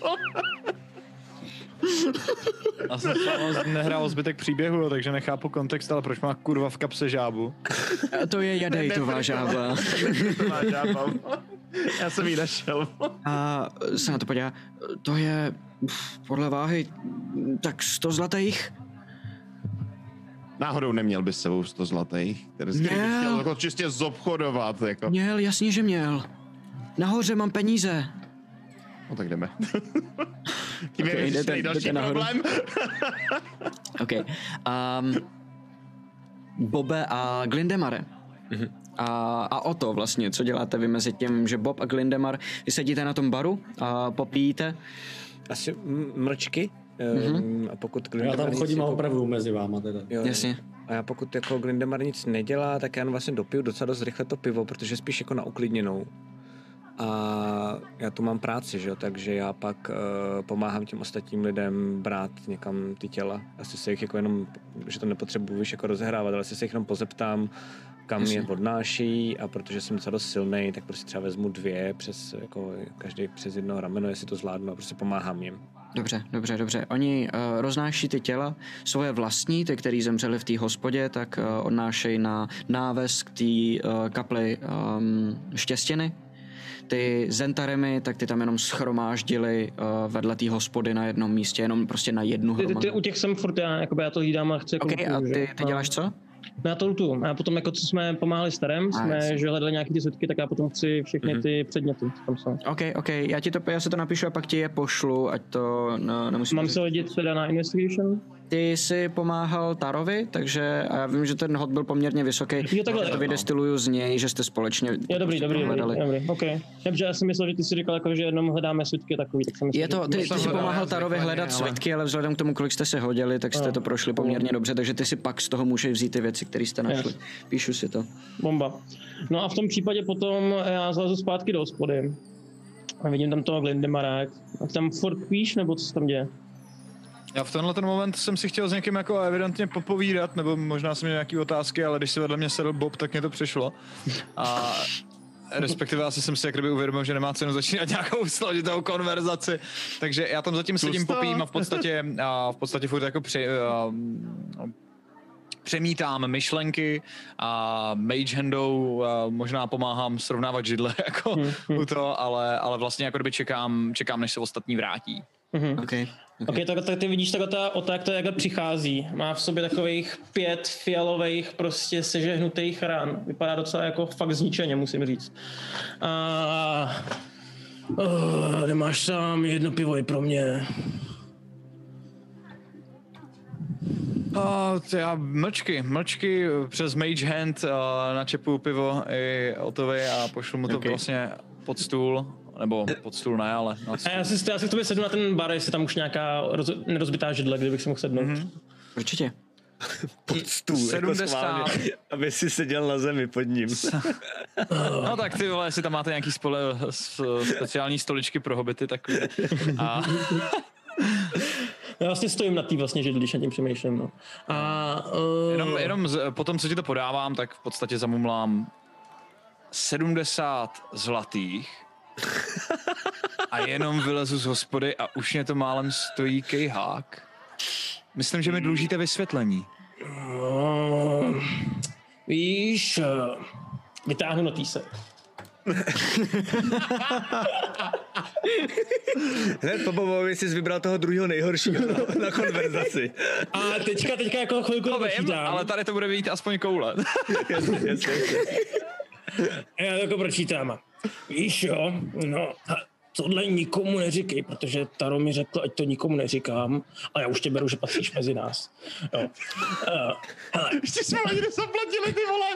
Já jsem nehrál zbytek příběhu, takže nechápu kontext, ale proč má kurva v kapse žábu? A to je jadejtová žába. žába. Já jsem ji našel. A se na to podívá, to je podle váhy tak sto zlatých. Náhodou neměl bys sebou sto zlatých, který jsi chtěl jako čistě zobchodovat. Jako. Měl, jasně, že měl. Nahoře mám peníze. No tak jdeme. Tím okay, je jdete, další jdete problém. OK. Um, Bobe a Glindemare. Mm-hmm. A, a o to vlastně, co děláte vy mezi tím, že Bob a Glindemar, vy sedíte na tom baru a popíjíte? Asi mlčky. Mm-hmm. A pokud Já tam chodím a opravdu mezi váma teda. Jo, Jasně. A já pokud jako Glindemar nic nedělá, tak já vlastně dopiju docela dost rychle to pivo, protože spíš jako na uklidněnou. A já tu mám práci, že jo, takže já pak uh, pomáhám těm ostatním lidem brát někam ty těla. Asi se jich jako jenom, že to nepotřebuji víš jako rozehrávat, ale asi se jich jenom pozeptám, kam Jasně. je odnáší a protože jsem docela dost silnej, tak prostě třeba vezmu dvě přes, jako každý přes jedno rameno, jestli to zvládnu a prostě pomáhám jim. Dobře, dobře, dobře. Oni uh, roznáší ty těla, svoje vlastní, ty, který zemřeli v té hospodě, tak uh, odnášejí na náves k té uh, kapli um, štěstěny. Ty Zentaremy, tak ty tam jenom schromáždili uh, vedle té hospody na jednom místě, jenom prostě na jednu hromadu. Ty, ty, ty u těch jsem furt, já, jakoby já to jídám a chci... Okay, a ty, ty děláš co? No já to lutu. A potom, jako co jsme pomáhali starém, ah, jsme jasný. že hledali nějaký ty svědky, tak já potom chci všechny mm-hmm. ty předměty, tam jsou. OK, OK, já ti to, já se to napíšu a pak ti je pošlu, ať to no, nemusím... Mám se hodit teda na investigation? Ty jsi pomáhal Tarovi, takže a já vím, že ten hod byl poměrně vysoký, jo, takhle, to vydestiluju z něj, že jste společně jo, dobrý, dobrý, dobrý, dobrý, OK. Dobře, já jsem myslel, že ty jsi říkal, jako, že jenom hledáme svědky takový, tak jsem myslel, je to, ty, ty jsi pomáhal Tarovi hledat svědky, ale vzhledem k tomu, kolik jste se hodili, tak jste no. to prošli poměrně dobře, takže ty si pak z toho můžeš vzít ty věci, které jste našli. Yes. Píšu si to. Bomba. No a v tom případě potom já zlezu zpátky do hospody. A vidím tam toho Glindemara. A tam furt píš, nebo co se tam děje? Já v tenhle ten moment jsem si chtěl s někým jako evidentně popovídat, nebo možná jsem měl nějaký otázky, ale když se vedle mě sedl Bob, tak mě to přišlo. A respektive asi jsem si jak kdyby uvědomil, že nemá cenu začínat nějakou složitou konverzaci. Takže já tam zatím sedím, popijím a v podstatě, a v podstatě furt jako při, a, přemítám myšlenky a mage handou a možná pomáhám srovnávat židle jako hmm, hmm. u toho, ale, ale vlastně jako kdyby čekám, čekám, než se ostatní vrátí. Mm-hmm. Okay. Okay. ok, tak, tak ty vidíš, tak ta oták, to jak přichází. Má v sobě takových pět fialových prostě sežehnutých ran. Vypadá docela jako fakt zničeně, musím říct. A... Oh, nemáš tam jedno pivo i pro mě. Uh, já mlčky, mlčky přes Mage Hand uh, načepuju pivo i Otovi a pošlu mu to okay. vlastně pod stůl. Nebo pod stůl ne, ale na stůl. A já si, já si k tobě sednu na ten bar, jestli tam už nějaká roz, nerozbitá židle, kdybych si mohl sednout. Mm-hmm. Určitě. Pod stůl, sedmdesát. Jako aby si seděl na zemi pod ním. No tak ty vole, jestli tam máte nějaký spole, speciální stoličky pro hobity, tak a... Já vlastně stojím na tý vlastně židli, když nad tím přemýšlím. No. A, uh... Jenom, jenom z, potom, co ti to podávám, tak v podstatě zamumlám sedmdesát zlatých a jenom vylezu z hospody a už mě to málem stojí kejhák. Myslím, že mi dlužíte vysvětlení. No, víš, vytáhnu notýsek. Hned po Bobovi jsi vybral toho druhého nejhoršího na, na konverzaci. A teďka, teďka jako chvilku to počítám. Ale tady to bude být aspoň koule. jasně, jasně, jasně. Já jako pročítám. Víš jo, no, tohle nikomu neříkej, protože Taro mi řekl, ať to nikomu neříkám, a já už tě beru, že patříš mezi nás. Jo. Uh, hele. Ještě jsme ani nezaplatili, ty vole.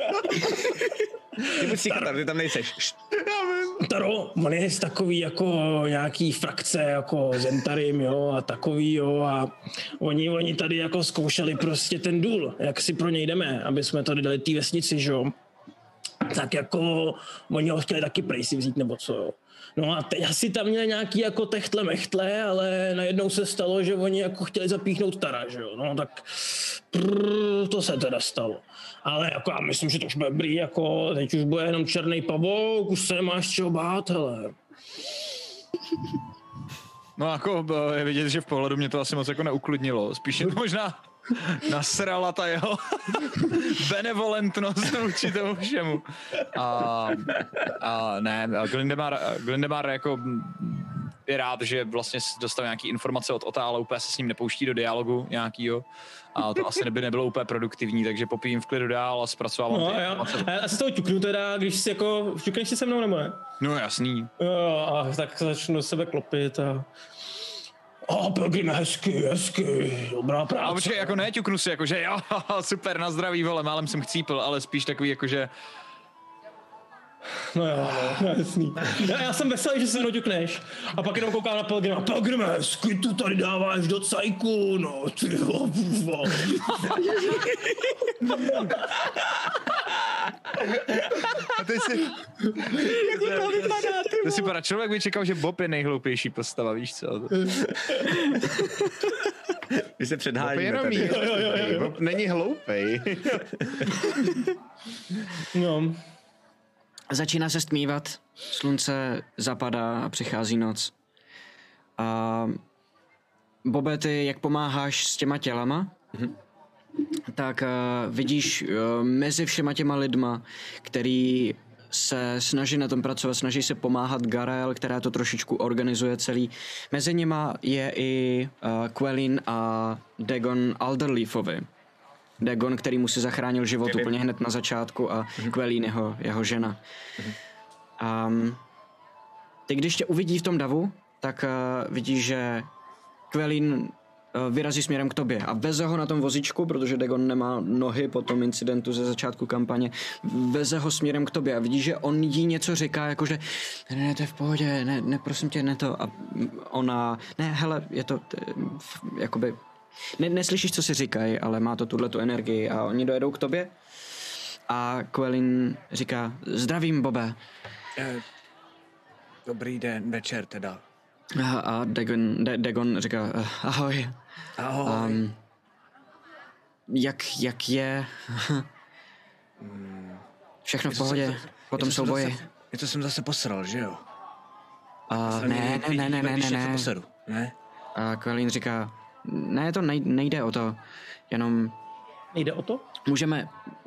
Ty musíš chytat, ty tam nejseš. Taro, on je z takový jako nějaký frakce, jako Zentarim, jo, a takový, jo, a oni, oni tady jako zkoušeli prostě ten důl, jak si pro něj jdeme, aby jsme tady dali té vesnici, že jo. Tak jako oni ho chtěli taky prej si vzít, nebo co, jo. No a teď asi tam měli nějaký jako techtle mechtle, ale najednou se stalo, že oni jako chtěli zapíchnout Tara, že jo, no tak prrr, to se teda stalo. Ale jako já myslím, že to už bude dobrý, jako teď už bude jenom černý pavouk, už se nemáš čeho bát, hele. No jako je vidět, že v pohledu mě to asi moc jako neuklidnilo, spíš je to možná nasrala ta jeho benevolentnost vůči tomu všemu. A, a ne, Glindemar, Glindemar jako je rád, že vlastně dostal nějaký informace od Ota, ale úplně se s ním nepouští do dialogu nějakýho. A to asi by nebylo úplně produktivní, takže popijím v klidu dál a zpracovávám no, ty informace. A já se z toho ťuknu teda, když si jako, ťukneš si se mnou nebo ne? No jasný. Jo, a tak začnu do sebe klopit a... A Pelgrime, hezky, hezky, dobrá práce. Ale počkej, jako ne ťuknu si, jakože jo, super, na zdraví, vole, málem jsem chcípl, ale spíš takový jakože... No jo, no, jasný. Já, já jsem veselý, že se doťukneš. A pak jenom koukám na Pelgrima. Pelgrime, skytu tady dáváš do cajku, no ty jo, bufo. A ty si... Jak to vypadá, ty To si para člověk by čekal, že Bob je nejhloupější postava, víš co? My se Bob předháníme jenom tady. ví, Bob není hloupej. No. Začíná se stmívat, slunce zapadá a přichází noc. A Bobe, ty jak pomáháš s těma tělama, mm-hmm. tak uh, vidíš uh, mezi všema těma lidma, který se snaží na tom pracovat, snaží se pomáhat Garel, která to trošičku organizuje celý. Mezi nima je i uh, Quelin a Dagon Alderleafovi. Dagon, který mu si zachránil život úplně hned na začátku a mm-hmm. Quelin jeho, jeho žena. Mm-hmm. Um, ty když tě uvidí v tom davu, tak uh, vidíš, že Quelin uh, vyrazí směrem k tobě a veze ho na tom vozíčku, protože Dagon nemá nohy po tom incidentu ze začátku kampaně, veze ho směrem k tobě a vidíš, že on jí něco říká, jakože ne, ne, to je v pohodě, ne, ne, prosím tě, ne to. A ona, ne, hele, je to, t, jakoby, ne, neslyšíš, co si říkají, ale má to tuhletu energii a oni dojedou k tobě a Quelin říká, zdravím, Bobe. Eh, dobrý den, večer teda. A, a Dagon, De, Dagon říká, uh, ahoj. Ahoj. Um, jak, jak je? Všechno v pohodě, po tom souboji. Něco jsem zase posral, že jo? Uh, ne, ne, ne, ne, ne, ne, ne. Poseru, ne? A Quelin říká, ne, to nej, nejde o to, jenom... Nejde o to? Můžeme...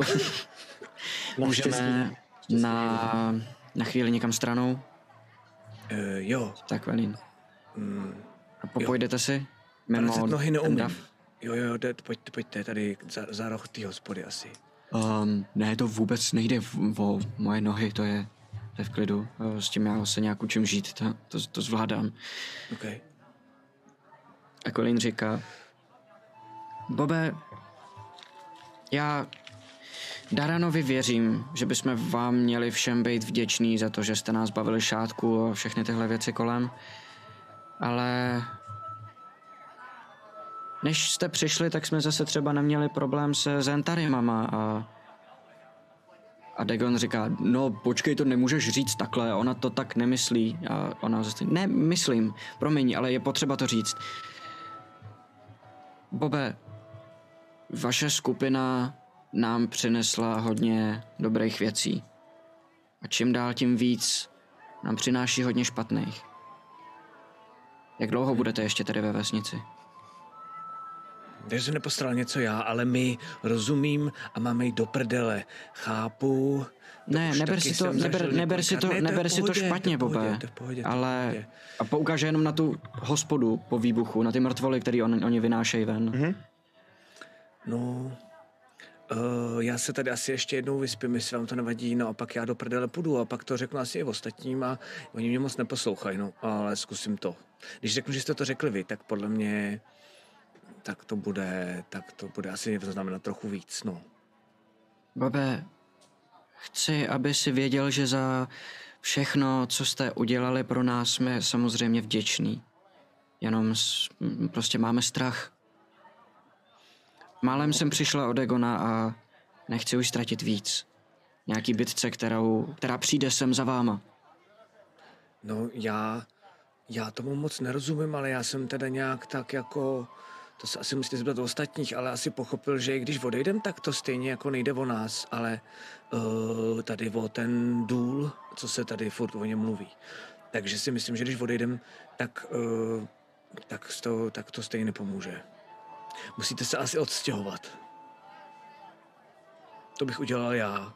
můžeme na, na chvíli někam stranou? Uh, jo. Tak, Quelin. Mm, A popojdete si? Mimo Mimo nohy ten neumím. dav? Jo, jo, jde, pojďte, pojďte tady za, za roh té hospody asi. Um, ne, to vůbec nejde v, o moje nohy, to je, to je v klidu. S tím já se nějak učím žít, to, to, to zvládám. Okay. A Colin říká, Bobe, já Daranovi věřím, že bychom vám měli všem být vděční za to, že jste nás bavili šátku a všechny tyhle věci kolem, ale než jste přišli, tak jsme zase třeba neměli problém se Zentarimama a a Dagon říká, no počkej, to nemůžeš říct takhle, ona to tak nemyslí. A ona zase, ne, myslím, promiň, ale je potřeba to říct. Bobe, vaše skupina nám přinesla hodně dobrých věcí. A čím dál tím víc nám přináší hodně špatných. Jak dlouho budete ještě tady ve vesnici? Takže jsem nepostaral něco já, ale my rozumím a máme jít do prdele. Chápu. Ne, neber si to, neber, neber si to, ne, neber si to pohodě, špatně, to Bobe. to pohodě, to ale pohodě. a poukáže jenom na tu hospodu po výbuchu, na ty mrtvoly, který on, oni vynášejí ven. Mm-hmm. No, uh, já se tady asi ještě jednou vyspím, jestli vám to nevadí, no a pak já do prdele půjdu a pak to řeknu asi i ostatním a oni mě moc neposlouchají, no, ale zkusím to. Když řeknu, že jste to řekli vy, tak podle mě tak to bude, tak to bude asi znamenat trochu víc, no. Bobe, chci, aby si věděl, že za všechno, co jste udělali pro nás, jsme samozřejmě vděční. Jenom s, prostě máme strach. Málem jsem přišla od Dagona a nechci už ztratit víc. Nějaký bitce, kterou, která přijde sem za váma. No já, já tomu moc nerozumím, ale já jsem teda nějak tak jako, to se asi musíte zeptat ostatních, ale asi pochopil, že i když odejdem, tak to stejně jako nejde o nás, ale uh, tady o ten důl, co se tady furt o něm mluví. Takže si myslím, že když odejdem, tak, uh, tak, to, tak to stejně nepomůže. Musíte se asi odstěhovat. To bych udělal já.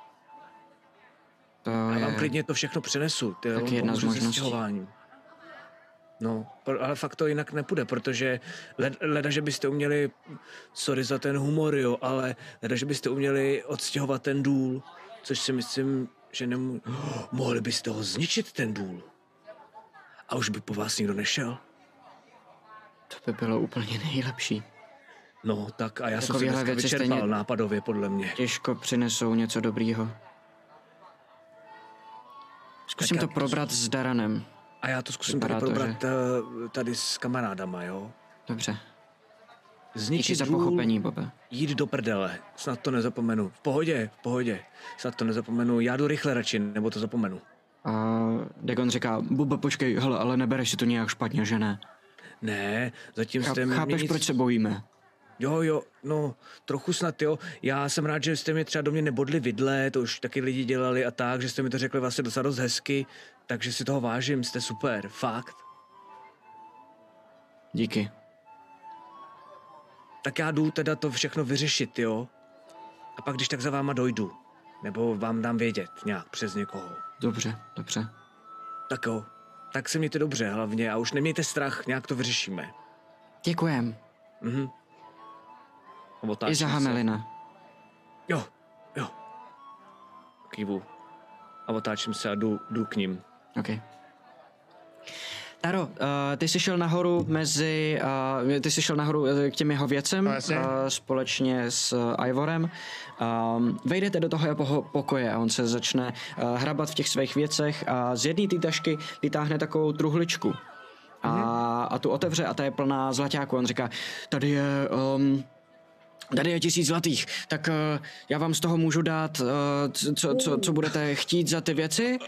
To já je... vám klidně to všechno přinesu. Ty, tak jedna z možností. No, ale fakt to jinak nepůjde, protože led, leda, že byste uměli, sorry za ten humor, jo, ale leda, že byste uměli odstěhovat ten důl, což si myslím, že nemů... Oh, mohli byste ho zničit, ten důl. A už by po vás nikdo nešel. To by bylo úplně nejlepší. No, tak a já jsem Takovýhle se dneska vyčerpal nápadově, podle mě. Těžko přinesou něco dobrýho. Zkusím Tak to probrat s Daranem. A já to zkusím Vypadá tady to, probrat že... tady s kamarádama, jo? Dobře. Díky Zničit za důl, pochopení, Bobe. jít do prdele, snad to nezapomenu. V pohodě, v pohodě, snad to nezapomenu. Já jdu rychle radši, nebo to zapomenu. A Dagon říká, Bobe, počkej, hele, ale nebereš si to nějak špatně, že ne? Ne, zatím Cháp, jste mi chápeš, nic... proč se bojíme? Jo, jo, no, trochu snad, jo. Já jsem rád, že jste mi třeba do mě nebodli vidle, to už taky lidi dělali a tak, že jste mi to řekli vlastně docela dost hezky, takže si toho vážím, jste super, fakt. Díky. Tak já jdu teda to všechno vyřešit, jo. A pak když tak za váma dojdu. Nebo vám dám vědět nějak přes někoho. Dobře, dobře. Tak jo, tak se mějte dobře hlavně a už nemějte strach, nějak to vyřešíme. Děkujem. Mhm. I za Hamelina. Jo, jo. Kývu. A otáčím se a jdu, jdu k ním. OK. Taro, uh, ty jsi šel nahoru mezi, uh, ty jsi šel nahoru k těm jeho věcem No, uh, společně s uh, Ivorem. Um, vejdete do toho jeho pokoje a on se začne uh, hrabat v těch svých věcech a z jedné té tašky vytáhne takovou truhličku. A, mm-hmm. a tu otevře a ta je plná zlaťáků. On říká, tady je... Um, Tady je tisíc zlatých, tak uh, já vám z toho můžu dát, uh, co, co, co budete chtít za ty věci?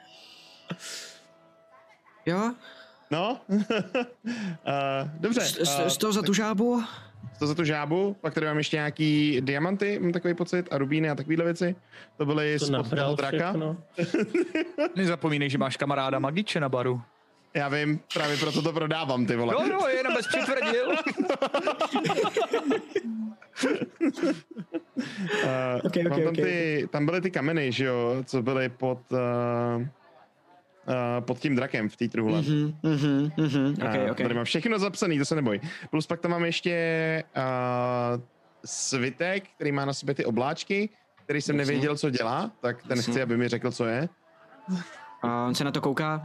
Jo? No, uh, dobře. S, s, s toho za tu žábu? To za tu žábu, pak tady mám ještě nějaký diamanty, mám takový pocit, a rubíny a takovéhle věci. To byly To spod toho draka. Nezapomínej, že máš kamaráda Magiče na baru. Já vím, právě proto to prodávám, ty vole. No, no, jenom bez přitvrdil. uh, okay, mám okay, tam, okay. ty, tam byly ty kameny, že jo, co byly pod, uh, uh, pod tím drakem v té truhle. Mhm, mhm, mhm, okay, Uh, okay. Tady mám všechno zapsaný, to se neboj. Plus pak tam mám ještě uh, svitek, který má na sobě ty obláčky, který jsem Jasně. nevěděl, co dělá, tak ten Jasně. chci, aby mi řekl, co je. A on se na to kouká.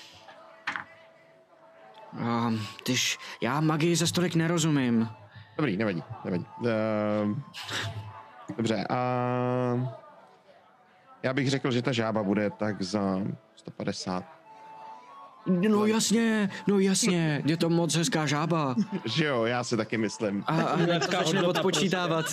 Um, tyž, já magii za stolik nerozumím. Dobrý, nevadí, nevadí. Uh, dobře, a uh, já bych řekl, že ta žába bude tak za sto padesát. No jasně, no jasně, je to moc hezká žába. Že jo, já si taky myslím. A, a hned to začne odpočítávat.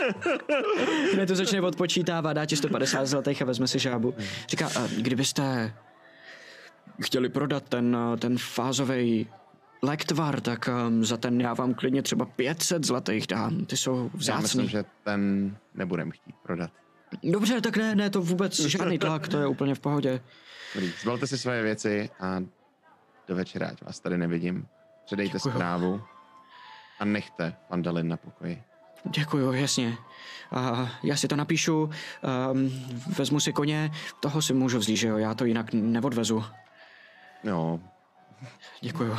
Hned to začne odpočítávat, dá ti sto padesát zlatých a vezme si žábu. Říká, a kdybyste chtěli prodat ten, ten fázový lektvar, tak um, za ten já vám klidně třeba pět set zlatých dám. Ty jsou Já vzácný. myslím, že ten nebudem chtít prodat. Dobře, tak ne, ne, to vůbec žádný tlak, to je úplně v pohodě. Dobrý, zbalte si své věci a do večera, ať vás tady nevidím. Předejte Děkuju. zprávu a nechte Vandalin na pokoji. Děkuju, jasně. A já si to napíšu, um, vezmu si koně, toho si můžu vzít, že jo, já to jinak neodvezu. Jo. Děkuju.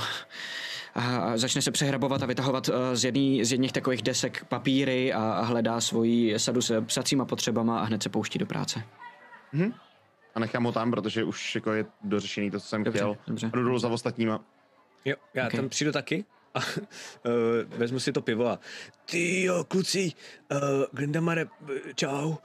A začne se přehrabovat a vytahovat uh, z, jedný, z jedných takových desek papíry a, a hledá svoji sadu se psacíma potřebama a hned se pouští do práce. Mhm. A nechám ho tam, protože už jako je dořešený to, co jsem Dobře, chtěl. dobře. A jdu dolů za ostatníma. Jo, já Okay. tam přijdu taky a uh, vezmu si to pivo a ty jo, kluci, uh, Glindamare, čau. Uh,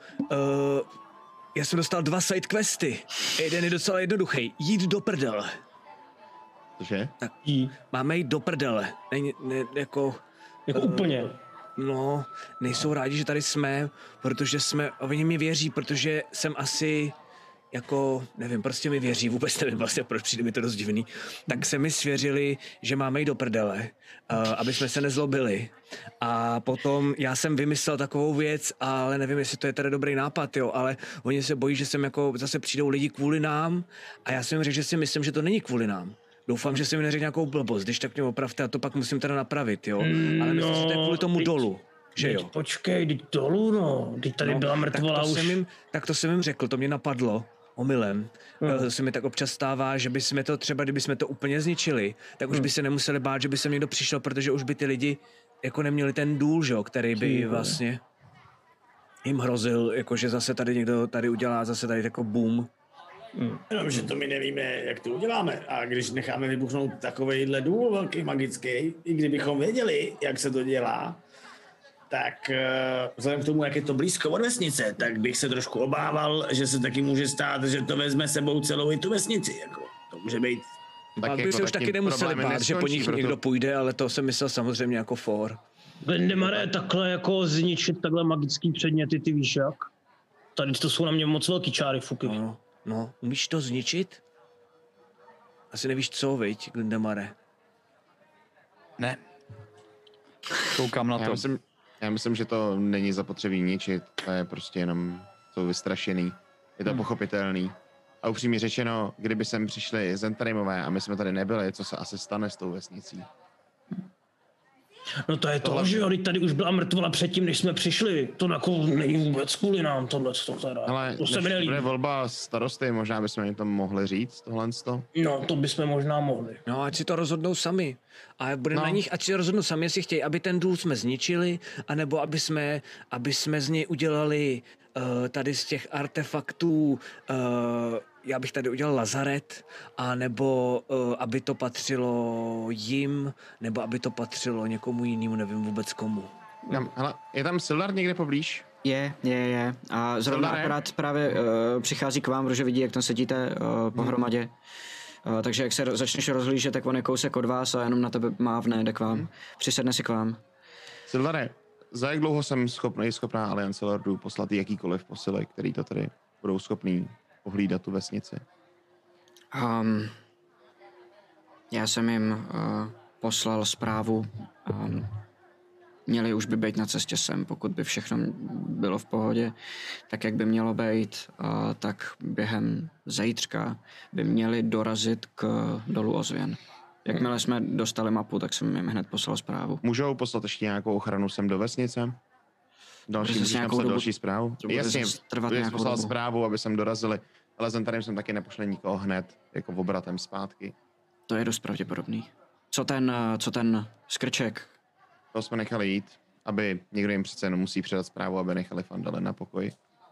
já jsem dostal dva side questy. Jeden je docela jednoduchý, jít do prdele. Cože? Tak, máme jít do prdele. Ne, ne, jako... Jako uh, úplně. No, nejsou rádi, že tady jsme, protože jsme, oni mi věří, protože jsem asi, jako, nevím, prostě mi věří, vůbec nevím vlastně, proč přijde mi to dost divný, tak se mi svěřili, že máme jít do prdele, uh, aby jsme se nezlobili. A potom já jsem vymyslel takovou věc, ale nevím, jestli to je teda dobrý nápad, jo, ale oni se bojí, že sem jako zase přijdou lidi kvůli nám a já jsem jim řekl, že si myslím, že to není kvůli nám. Doufám, že jsem mi neřekl nějakou blbost, když tak mě opravte a to pak musím teda napravit, jo. Ale myslím, No, že to je kvůli tomu teď- dolu, že Teď jo. Počkej, teď dolů, no. Teď tady No, byla tak mrtvola to už. jsem jim, tak to jsem jim řekl, to mě napadlo omylem. Hmm. To se mi tak občas stává, že bychom to třeba, kdybychom to úplně zničili, tak už by se nemuseli bát, že by sem někdo přišel, protože už by ty lidi jako neměli ten důl, že jo, který by Ty vole. vlastně jim hrozil, jako že zase tady někdo tady udělá zase tady jako boom. Jenom, že to my nevíme, jak to uděláme. A když necháme vybuchnout takovejhle důl velký magický, i kdybychom věděli, jak se to dělá, tak uh, vzhledem k tomu, jak je to blízko od vesnice, tak bych se trošku obával, že se taky může stát, že to vezme sebou celou i tu vesnici. Jako, to může být... Tak jako by se už taky nemuseli bát, že po nich proto... někdo půjde, ale to jsem myslel samozřejmě jako for. Glindemare, takhle jako zničit takhle magický předměty, ty víš jak? Tady to jsou na mě moc velký čáry, fuky. No, no, umíš to zničit? Asi nevíš co, viď, Glindemare? Ne. Koukám na já to. Myslím, já myslím, že to není zapotřebí ničit, to je prostě jenom jsou vystrašený. Je to hmm. pochopitelný. A upřímně řečeno, kdyby sem přišli Zentarimové a my jsme tady nebyli, co se asi stane s tou vesnicí? No to je to, tohle... že jo, tady už byla mrtvola předtím, než jsme přišli. To jako není vůbec kvůli nám tohle, to teda. Ale to se mi nelíbí. Ale volba starosty, možná bychom jim to mohli říct, tohle. No, to bychom možná mohli. No, ať si to rozhodnou sami. A bude no. na nich, ať si rozhodnou sami, jestli chtějí, aby ten důl jsme zničili, anebo aby jsme, aby jsme z něj udělali uh, tady z těch artefaktů, uh, já bych tady udělal lazaret, a nebo uh, aby to patřilo jim, nebo aby to patřilo někomu jinému, nevím vůbec komu. Tam, hele, je tam Sildar někde poblíž? Je, je, je. A zrovna Sildare? akorát právě uh, přichází k vám, protože vidí, jak tam sedíte uh, pohromadě. Hmm. Uh, takže jak se ro- začneš rozhlížet, tak on je kousek od vás a jenom na tebe mávne, jde k vám. Hmm. Přisedne si k vám. Sildare, za jak dlouho jsem schopný, schopná Aliance Lordů poslat jakýkoliv posily, který to tady budou schopný pohlídat tu vesnici? Um, já jsem jim uh, poslal zprávu. Um, měli už by být na cestě sem, pokud by všechno bylo v pohodě, tak jak by mělo být, uh, tak během zítřka by měli dorazit k dolu Ozvěn. Jakmile jsme dostali mapu, tak jsem jim hned poslal zprávu. Můžou poslat ještě nějakou ochranu sem do vesnice? Další, můžeš napsat dobu, další zprávu? Jasně, můžeš poslat zprávu, aby sem dorazili, ale Zentarim jsem taky nepošle nikoho hned, jako obratem zpátky. To je dost pravděpodobný. Co ten, co ten skrček? To jsme nechali jít, aby někdo jim přece jenom musí předat zprávu, aby nechali Fandale na pokoji.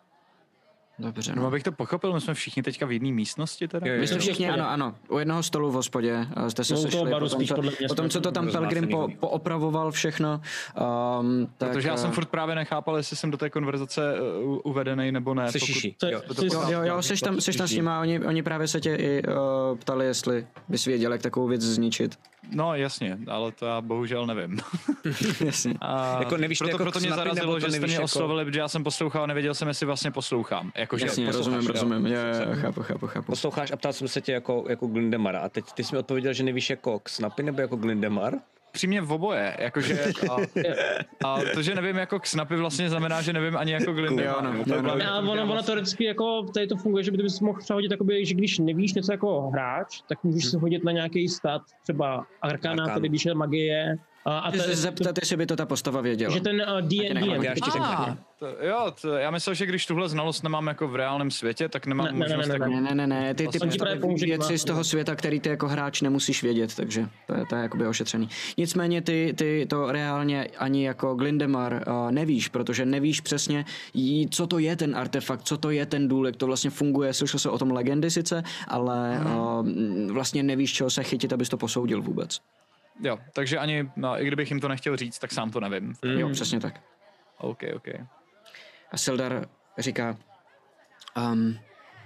Dobře, no. no. Abych to pochopil, my jsme všichni teďka v jedné místnosti teda? Vy jste všichni, ano, ano, u jednoho stolu v hospodě jste se no, sešli, potom co, potom, co to tam Pelgrim po, poopravoval všechno. Um, tak, Protože já jsem furt právě nechápal, jestli jsem do té konverzace uh, uvedený nebo ne. Pokud... Jo, jo, jo, jo, seš tam, seš tam s nima, oni, oni právě se tě i uh, ptali, jestli bys věděl, jak takovou věc zničit. No jasně, ale to já bohužel nevím. Jasně. A jako nevíš, proto, jako proto mě snapy, zarazilo, že jste mě jako... oslovili, protože já jsem poslouchal a nevěděl jsem, jestli vlastně poslouchám. Jako, že jasně, rozumím, rozumím, jo, jo, jo, chápu, chápu, chápu. Posloucháš a ptal jsem se tě jako, jako Glindemara a teď ty jsi mi odpověděl, že nevíš jako Snapy nebo jako Glindemar? Přímě v oboje, jakože a, a to, že nevím jako Snapy vlastně znamená, že nevím ani jako Glindemar. No, no, no, no, ono, ono teoreticky jako tady to funguje, že by si mohl přehodit jakoby, že když nevíš něco jako hráč, tak můžeš se hodit na nějaký stat, třeba Arkána, tedy když je magie. A, a ty se zeptat, jestli by to ta postava věděla. Že ten uh, D and D. Ah, jo, to, já myslel, že když tuhle znalost nemám jako v reálném světě, tak nemám ne, možnost ne, ne, jako... Ne, ne, ne, ne, ty, ty vlastně věci z toho světa, který ty jako hráč nemusíš vědět, takže to je, to je jakoby ošetřený. Nicméně ty, ty to reálně ani jako Glindemar uh, nevíš, protože nevíš přesně, jí, co to je ten artefakt, co to je ten důl, jak to vlastně funguje, slyšel se o tom legendy sice, ale uh, vlastně nevíš, čeho se chytit, abys to posoudil vůbec. Jo, takže ani, no, i kdybych jim to nechtěl říct, tak sám to nevím. Mm. Jo, přesně tak. OK, OK. A Sildar říká, um,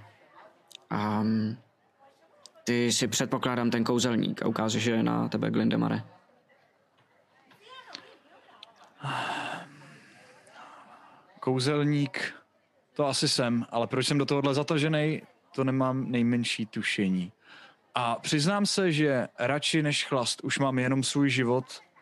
um, ty si předpokládám ten kouzelník a ukáže, že je na tebe Glindemare. Kouzelník, to asi jsem, ale proč jsem do tohohle zatažený, to nemám nejmenší tušení. A přiznám se, že radši než chlast už mám jenom svůj život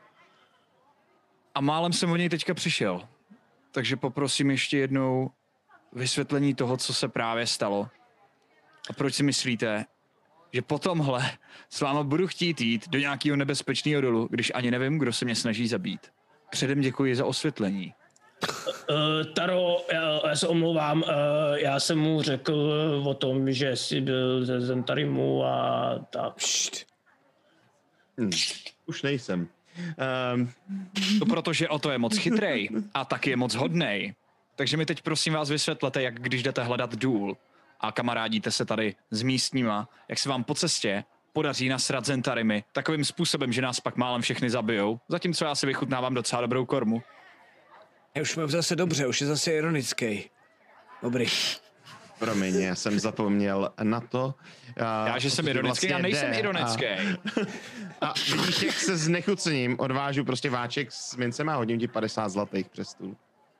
a málem jsem o něj teďka přišel. Takže poprosím ještě jednou vysvětlení toho, co se právě stalo. A proč si myslíte, že po tomhle s váma budu chtít jít do nějakého nebezpečného dolu, když ani nevím, kdo se mě snaží zabít. Předem děkuji za osvětlení. Uh, Taro, já, já se omlouvám, uh, já jsem mu řekl o tom, že jsi byl ze Zentarimu a tak. Hmm, už nejsem. Um. To protože o to je moc chytrej a taky je moc hodnej. Takže mi teď prosím vás vysvětlete, jak když jdete hledat důl a kamarádíte se tady s místníma, jak se vám po cestě podaří nasrat Zentarimy takovým způsobem, že nás pak málem všechny zabijou, zatímco já si vychutnávám docela dobrou kormu. Už mám zase dobře, už je zase ironický. Dobrý. Promiň, já jsem zapomněl na to. Já, já že jsem ironický, vlastně já nejsem jde. ironický. A, a vidíš, jak se znechucením odvážu prostě váček s mincem a hodím ti padesát zlatých přes stůl.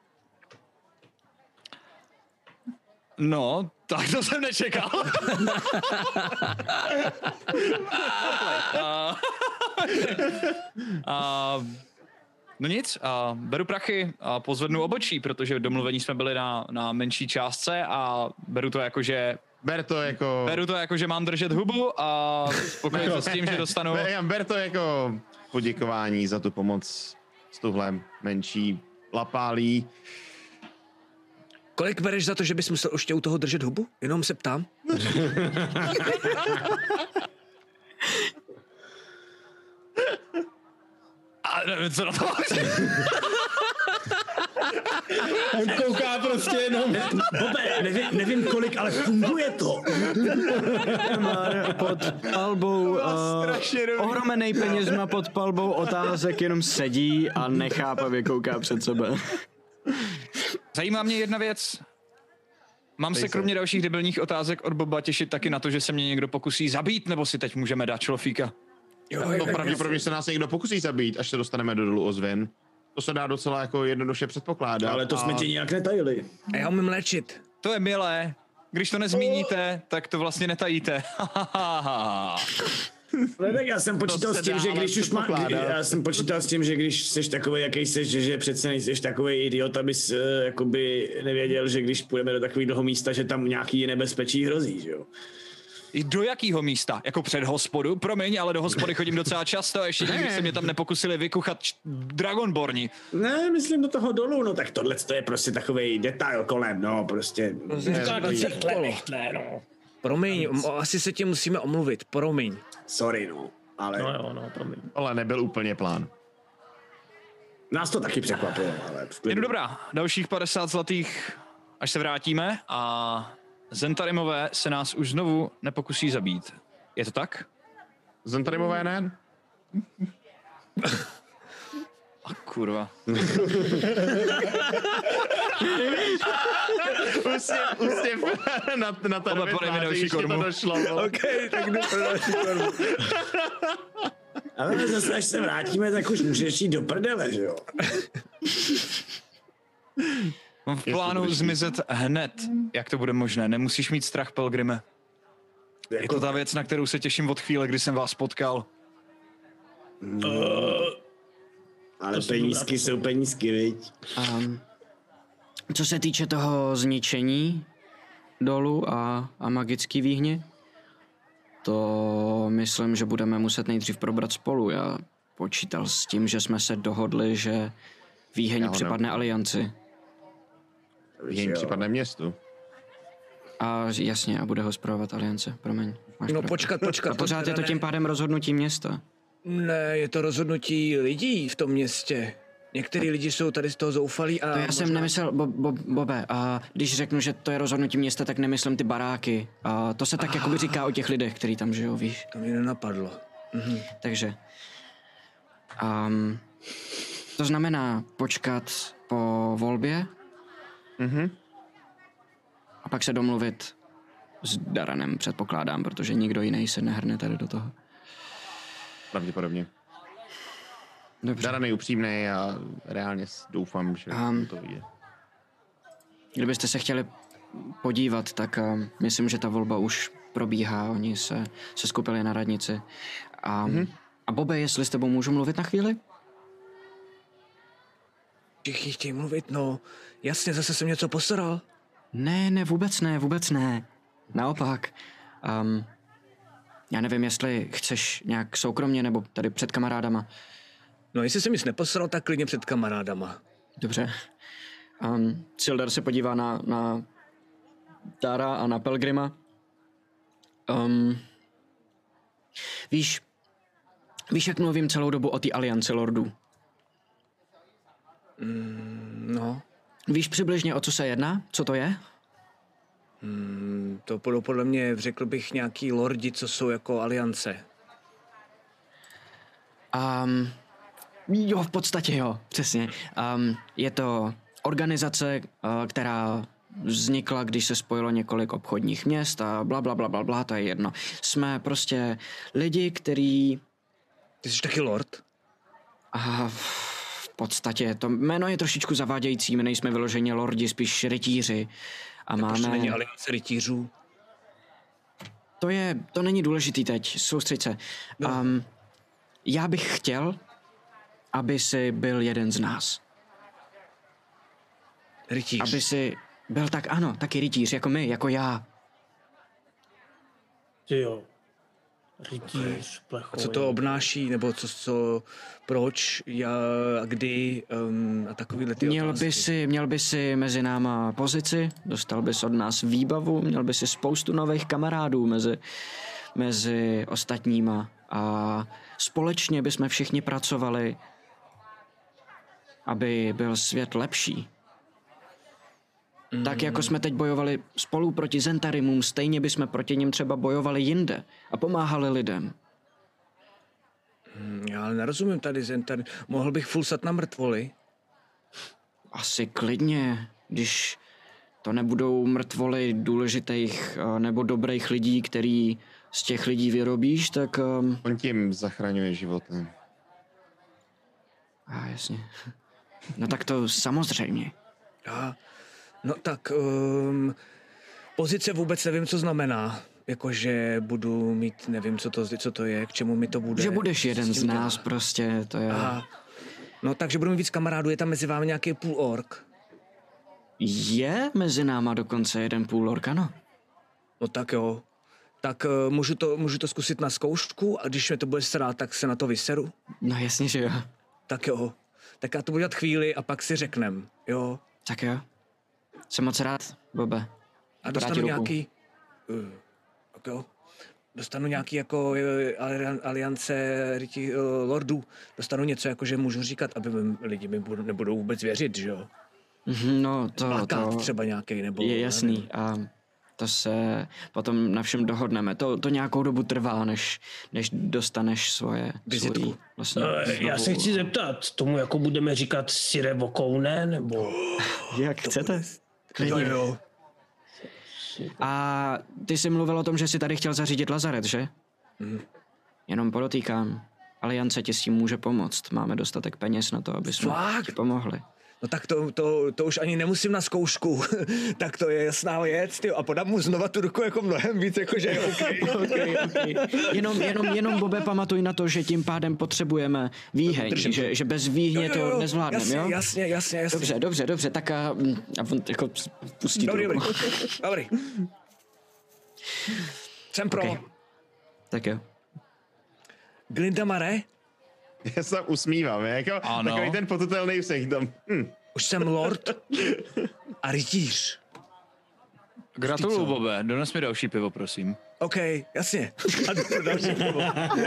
No, tak to jsem nečekal. a, a, no nic, a beru prachy a pozvednu obočí, protože domluvení jsme byli na, na menší částce a beru to jako, že... Ber to jako... Beru to jako, že mám držet hubu a spokojím se s tím, že dostanu... Ber to jako poděkování za tu pomoc s tuhle menší lapálí. Kolik bereš za to, že bys musel ještě u toho držet hubu? Jenom se ptám. A nevím, co na to On kouká prostě jenom. Bobe, nevím, nevím kolik, ale funguje to. Pod palbou, uh, ohromenej penězma pod palbou otázek jenom sedí a nechápavě kouká před sebe. Zajímá mě jedna věc. Mám se kromě dalších debilních otázek od Boba těšit taky na to, že se mě někdo pokusí zabít, nebo si teď můžeme dát šlofíka? Jo, no, pravděpodobně se nás někdo pokusí zabít, až se dostaneme do dolu ozvěn. To se dá docela jako jednoduše předpokládat. Ale to a... jsme ti nějak netajili. A já umím léčit. To je milé. Když to nezmíníte, tak to vlastně netajíte. Ale tak já jsem počítal s tím, že když už má, já jsem počítal s tím, že když jsi takový, jaký jsi, že, že přece nejsi takový idiot, abys uh, jakoby nevěděl, že když půjdeme do takového místa, že tam nějaký nebezpečí hrozí, že jo? Do jakého místa? Jako před hospodu? Promiň, ale do hospody chodím docela často a ještě nikdy se mě tam nepokusili vykuchat č- Dragonborni. Ne, myslím do toho dolů, no tak tohle je prostě takovej detail kolem, no prostě. Ne, no. Promiň, asi se tě musíme omluvit, promiň. Sorry, no, ale... No jo, no, promiň. Ale nebyl úplně plán. Nás to taky překvapilo, ale... Jdu dobrá, dalších padesát zlatých, až se vrátíme a Zentarimové se nás už znovu nepokusí zabít. Je to tak? Zentarimové ne? A kurva. Ústěv, ústěv na, na ta Oba podej mi další kormu. OK, tak jdu pro další kormu. Ale zase, až se vrátíme, tak už můžeš jít do prdele, že jo? Mám v plánu zmizet hned, jak to bude možné. Nemusíš mít strach, Pelgrime. Je to ta věc, na kterou se těším od chvíle, kdy jsem vás potkal. No. Ale penízky jsou penízky, viď? Um, co se týče toho zničení dolu a, a magický výhně, to myslím, že budeme muset nejdřív probrat spolu. Já počítal s tím, že jsme se dohodli, že výheň připadne alianci. Výheň připadne městu. A jasně, a bude ho spravovat aliance, promiň. No pravdu. počkat, počkat. A pořád je to tím pádem rozhodnutí města. Ne, je to rozhodnutí lidí v tom městě. Některý lidi jsou tady z toho zoufalí a... To já možná... jsem nemyslel, bo, bo, Bobe, a když řeknu, že to je rozhodnutí města, tak nemyslím ty baráky. A to se tak ah. jakoby říká o těch lidech, kteří tam žijou, víš. To mě nenapadlo. Mhm. Takže... Um, to znamená počkat po volbě Mhm. a pak se domluvit s Daranem, předpokládám, protože nikdo jiný se nehrne tady do toho. Pravděpodobně. Dobře. Daran je upřímnej a reálně doufám, že Um, to vyjde. Kdybyste se chtěli podívat, tak uh, myslím, že ta volba už probíhá. Oni se, se skupili na radnici. A, mm-hmm. a Bobe, jestli s tebou můžu mluvit na chvíli? Všichni chtějí mluvit, no. Jasně, zase jsem něco postaral. Ne, ne, vůbec ne, vůbec ne. Naopak. Um, já nevím, jestli chceš nějak soukromně nebo tady před kamarádama. No, jestli jsem nic nepostaral, tak klidně před kamarádama. Dobře. Um, Sildar se podívá na, na Dara a na Pelgrima. Um, víš, víš, jak mluvím celou dobu o té alianci lordů? Mm, no. Víš přibližně, o co se jedná? Co to je? Mm, to podle, podle mě, řekl bych, nějaký lordi, co jsou jako aliance. Um, jo, v podstatě jo, přesně. Um, je to organizace, která vznikla, když se spojilo několik obchodních měst a bla, bla, bla, bla, bla, to je jedno. Jsme prostě lidi, který... Ty jsi taky lord? A v podstatě to jméno je trošičku zavádějící, my nejsme vyloženě lordi, spíš rytíři. A Proč máme... není aliance rytířů? To je, to není důležitý teď, soustřeď se. No. Um, já bych chtěl, aby si byl jeden z nás. Rytíř. Aby si byl tak, ano, taky rytíř, jako my, jako já. Ty jo. Rytíř, plechový. A co to obnáší, nebo co, co proč, já, a kdy um, a takovýhle ty Měl otázky. by, si, měl by si mezi náma pozici, dostal bys od nás výbavu, měl by si spoustu nových kamarádů mezi, mezi ostatníma a společně bychom všichni pracovali, aby byl svět lepší. Mm. Tak jako jsme teď bojovali spolu proti Zentarimům, stejně bychom proti nim třeba bojovali jinde a pomáhali lidem. Hmm, já nerozumím tady Zentarim. Mohl bych fulsat na mrtvoly? Asi klidně, když to nebudou mrtvoly důležitých nebo dobrých lidí, který z těch lidí vyrobíš, tak... Um... On tím zachraňuje životy. A jasně. No tak to samozřejmě. Já, no tak, um, pozice vůbec nevím, co znamená. Jakože budu mít, nevím, co to, co to je, k čemu mi to bude. Že budeš jeden z nás dělá. prostě, to je... Aha. No takže budu mít víc kamarádů, je tam mezi vámi nějaký půl ork? Je mezi náma dokonce jeden půl ork, ano. No tak jo. Tak uh, můžu, to, můžu to zkusit na zkoušku a když mě to bude srát, tak se na to vyseru? No jasně, že jo. Tak jo. Tak já to budu dělat chvíli a pak si řeknem, jo. Tak jo. Jsem moc rád, Bobe. A dostanu nějaký... Uh, tak jo. Dostanu nějaký jako uh, aliance ryti, uh, lordů. Dostanu něco, jako že můžu říkat, aby mi, lidi mi budou, nebudou vůbec věřit, že jo. Mm-hmm, no to... Plakát to třeba nějaký, nebo... je jasný a to se potom na všem dohodneme. To, to nějakou dobu trvá, než, než dostaneš svoje... Vizitku. Vlastně, Uh, já se chci zeptat, tomu jako budeme říkat Sire Vokoune, nebo... Jak chcete? Jo, jo. A ty jsi mluvil o tom, že jsi tady chtěl zařídit lazaret, že? Mm. Jenom podotýkám. Aliance ti s tím může pomoct. Máme dostatek peněz na to, aby jsme Fakt? ti pomohli. No tak to, to, to už ani nemusím na zkoušku. Tak to je jasná věc, tyjo. A podám mu znova tu ruku jako mnohem víc, jakože okay. okay, okay. Jenom, jenom, jenom, Bobe, pamatuj na to, že tím pádem potřebujeme výheň, že, že bez výhně jo, jo, jo. to nezvládneme, jasně, jo? Jasně, jasně, jasně. Dobře, dobře, dobře, tak a, a on jako pustí Dobrý, tu dobrý, ruku. dobrý. Jsem pro. Okay. Tak jo. Glinda Mare? Já se tam usmívám, jako Ano. takový ten potutelný vzek tam. Hm. Už jsem lord a rytíř. Gratuluju, Bobe. Dones mi další pivo, prosím. OK, jasně. A to další pivo.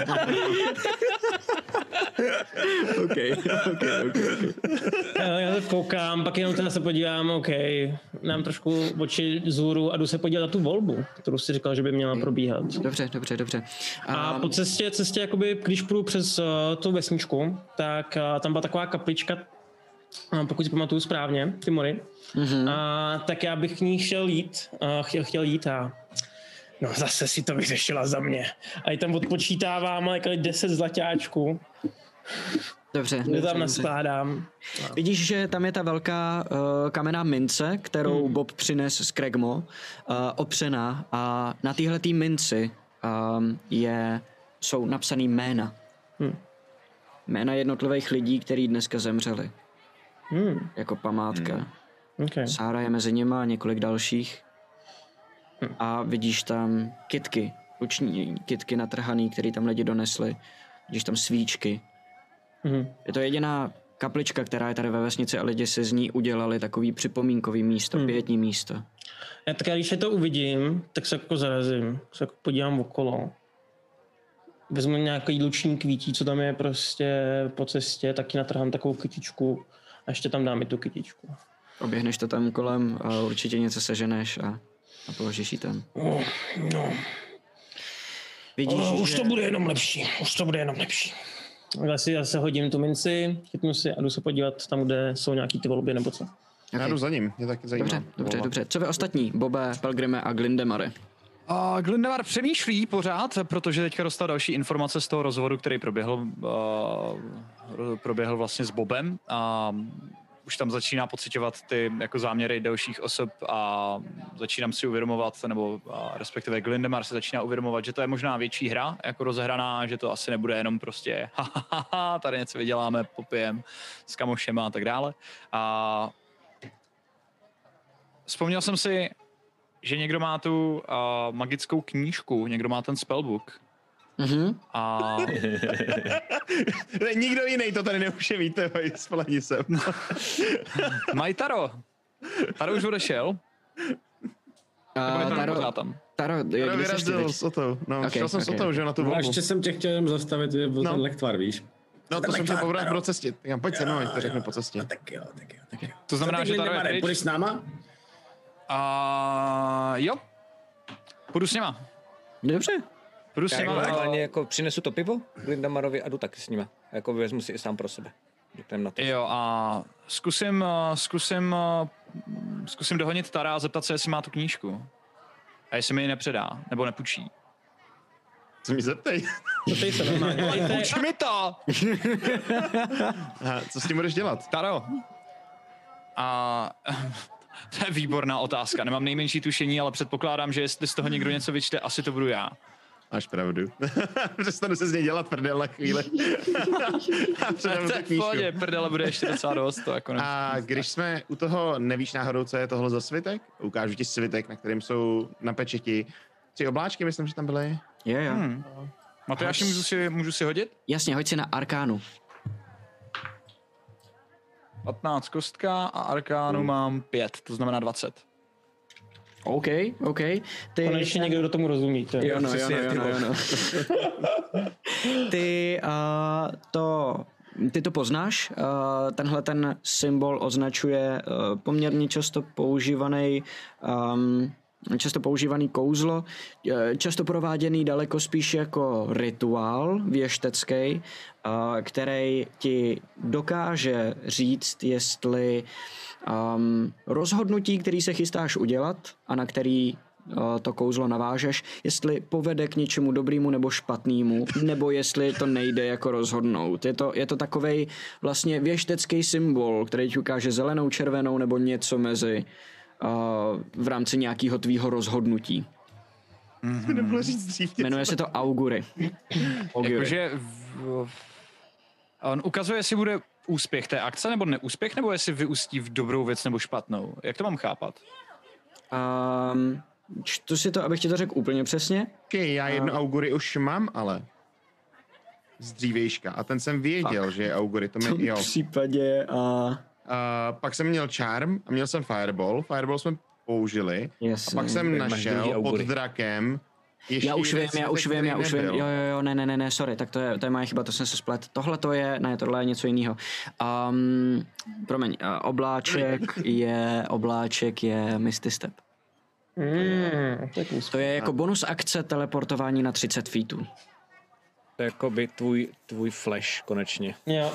OK, OK, OK. Já, já to koukám, pak jenom teda se podívám, OK, nám trošku oči zůru a jdu se podívat na tu volbu, kterou si říkal, že by měla probíhat. Dobře, dobře, dobře. A, a po cestě, cestě jakoby, když půjdu přes uh, tu vesničku, tak uh, tam byla taková kaplička, uh, pokud si pamatuju správně, ty mory, mm-hmm. a tak já bych k ní chtěl jít, uh, chtěl, chtěl jít a no zase si to vyřešila za mě. A i tam odpočítávám jako deset zlaťáčků. Dobře. Kde tam naskládám. Vidíš, že tam je ta velká uh, kamenná mince, kterou hmm. Bob přines z Kregmo, uh, opřená, a na téhletý minci um, je, jsou napsaný jména. Hmm. Jména jednotlivých lidí, kteří dneska zemřeli. Hmm. Jako památka. Hmm. Okay. Sára je mezi nimi a několik dalších. Hmm. A vidíš tam kytky, ruční kytky natrhaný, které tam lidi donesli. Vidíš tam svíčky. Mm-hmm. Je to jediná kaplička, která je tady ve vesnici a lidi si z ní udělali takový připomínkový místo, mm. pětní místo. Já tak, když je to uvidím, tak se jako zarazím, se jako podívám okolo. Vezmu nějaký luční kvítí, co tam je prostě po cestě, taky natrhám takovou kytičku a ještě tam dám i tu kytičku. Oběhneš to tam kolem a určitě něco seženeš a, a položíš ji tam. Oh, no. Vidíš, oh, že... Už to bude jenom lepší, už to bude jenom lepší. Já si zase hodím tu minci, chytnu si a jdu se podívat tam, kde jsou nějaký ty volby nebo co. Já Okay. jdu za ním, mě taky zajímá. Dobře, dobře, dobře. Co vy ostatní, Bobe, Pelgrime a Glindemare? A Glindemar přemýšlí pořád, protože teďka dostal další informace z toho rozhovoru, který proběhl, uh, proběhl vlastně s Bobem a už tam začíná pocitovat ty jako záměry dalších osob a začínám si uvědomovat, nebo a respektive Glindemar se začíná uvědomovat, že to je možná větší hra, jako rozehraná, že to asi nebude jenom prostě ha, ha, ha, ha, tady něco vyděláme, popijem s kamošema a tak dále. A vzpomněl jsem si, že někdo má tu uh, magickou knížku, někdo má ten spellbook. Mhm. A Nikdo jiný to tady nemůže mít, tebe, spolehni se. mají Taro. Taro už odešel. Uh, Nebo Taro, pořád tam. Taro, Já kde jsi ty vyrazil teď? s Otou. No, Okay, šel jsem s okay, Otou, okay. že na tu No a volbu. ještě jsem tě chtěl jenom zastavit, že byl No. ten lektvar, víš? No, to jsem chtěl pobrat pro cestě. Já pojď se mnou, ať to řeknu po cestě. Tak jo, tak jo, tak jo. To znamená, že Taro je Glindemare, pryč. půjdeš s náma? A jo. Půjdu s nima. Dobře. Půjdu s Já nima. jako, a- normálně jako přinesu to pivo Glindamarovi a jdu taky s nima. Jako vezmu si i sám pro sebe. Jdem na to. Jo, a zkusím, uh, zkusím, uh, zkusím dohonit Tara a zeptat se, jestli má tu knížku. A jestli mi ji nepředá, nebo nepůjčí. Co mi zeptej. Zeptej se normálně. Dejte- Půjč mi to! Aha, co s tím budeš dělat? Taro. A to je výborná otázka. Nemám nejmenší tušení, ale předpokládám, že jestli z toho někdo něco vyčte, asi to budu já. Máš pravdu. Přestanu se z něj dělat prdel na chvíli. A předám To tu je v knížku. pohodě, prdele bude ještě docela dost. To jako ne... A když jsme u toho, nevíš náhodou, co je tohle za svitek? Ukážu ti svitek, na kterém jsou na pečeti tři obláčky, myslím, že tam byly. Jo, jo. Hmm. Matyáši, můžu si, můžu si hodit? Jasně, hoď si na Arkánu. patnáct kostka a arkánu mám pět, to znamená dvacet. OK, OK. Ty... Konečně někdo, kdo tomu rozumí. To je. Jo, no, jo, Přesně, no, jo, ty no, jo, no. Ty uh, to... Ty to poznáš, uh, tenhle ten symbol označuje uh, poměrně často používaný um, často používaný kouzlo, uh, často prováděný daleko spíš jako rituál věštecký, uh, který ti dokáže říct, jestli um, rozhodnutí, který se chystáš udělat a na který to kouzlo navážeš, jestli povede k něčemu dobrému nebo špatnému, nebo jestli to nejde jako rozhodnout. Je to, je to takovej vlastně věštecký symbol, který ti ukáže zelenou, červenou nebo něco mezi uh, v rámci nějakého tvýho rozhodnutí. Mm-hmm. Nebylo říct dřív. Jmenuje se to Augury. Augury. Jakože v... on ukazuje, jestli bude úspěch té akce nebo neúspěch, nebo jestli vyústí v dobrou věc nebo špatnou. Jak to mám chápat? Um, čtu si to, abych ti to řekl úplně přesně. Okay, já jedno augury už mám, ale z dřívějška. A ten jsem věděl, Fakt. že je augury. To V tom mi, jo. případě uh, Uh, pak jsem měl charm a měl jsem fireball. Fireball jsme použili. yes, A pak jsem máš druhý našel pod augury. drakem ještě Já už jeden vím, já už svitek, vím, já který už vím. nebyl. Jo, jo, jo, ne, ne, ne, ne, sorry, tak to je, to je moje chyba, to jsem se splet. Tohle to je, ne, tohle je něco jiného. Um, promiň, uh, obláček je, obláček je Misty Step. Mm, to je kus. To je jako bonus akce teleportování na třicet feetů. To je jako by tvůj, tvůj flash konečně. Jo.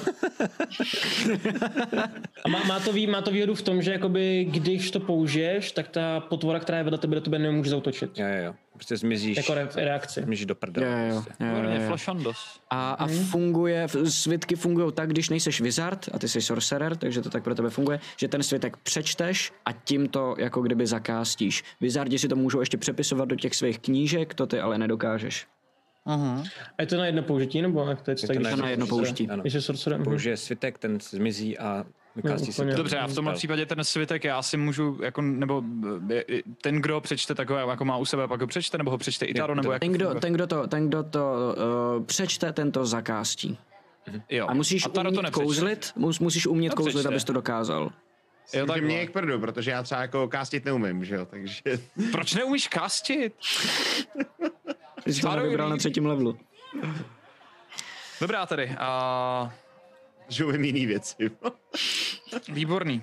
A má, má, to vý, má to výhodu v tom, že jakoby, když to použiješ, tak ta potvora, která je vedle tebe, do tebe nemůže zautočit. Jo, jo, jo. Prostě zmizíš. Jako re, reakci. Zmizíš do Jo, prdele. jo, Prostě. jo, jo, Výborně, jo. flashandos. A, a funguje, svitky fungují tak, když nejseš wizard a ty jsi sorcerer, takže to tak pro tebe funguje, že ten svitek přečteš a tím to jako kdyby zakástíš. Wizardi si to můžou ještě přepisovat do těch svých knížek, to ty ale nedokážeš. Uh-huh. A je to na jedno použití, nebo jak to je? Je to tak, na když To na jsi jedno sorcerer? použití. Ano. Když jsi sorcerer, mhm. Použije svitek, ten zmizí a vykází si úplně. to. Dobře, a v tomhle případě ten svitek já si můžu, jako, nebo je- ten, kdo přečte takové, jako má u sebe, pak ho přečte, nebo ho přečte i Taro, nebo jak Ten, to kdo, funguje? ten, kdo to, ten, kdo to uh, přečte, ten to zakástí. Jo. A musíš a Taro to umět nepřečte. kouzlit, mus, musíš umět To kouzlit, přečte. abys to dokázal. Jo, Jo, tak takhle. mě je k prdu, protože já třeba jako kástit neumím, že jo, takže... Proč neumíš kastit? Jsi to Taro nevybral je- na třetím levelu. Dobrá tedy. A... že umím jiný věci. Výborný.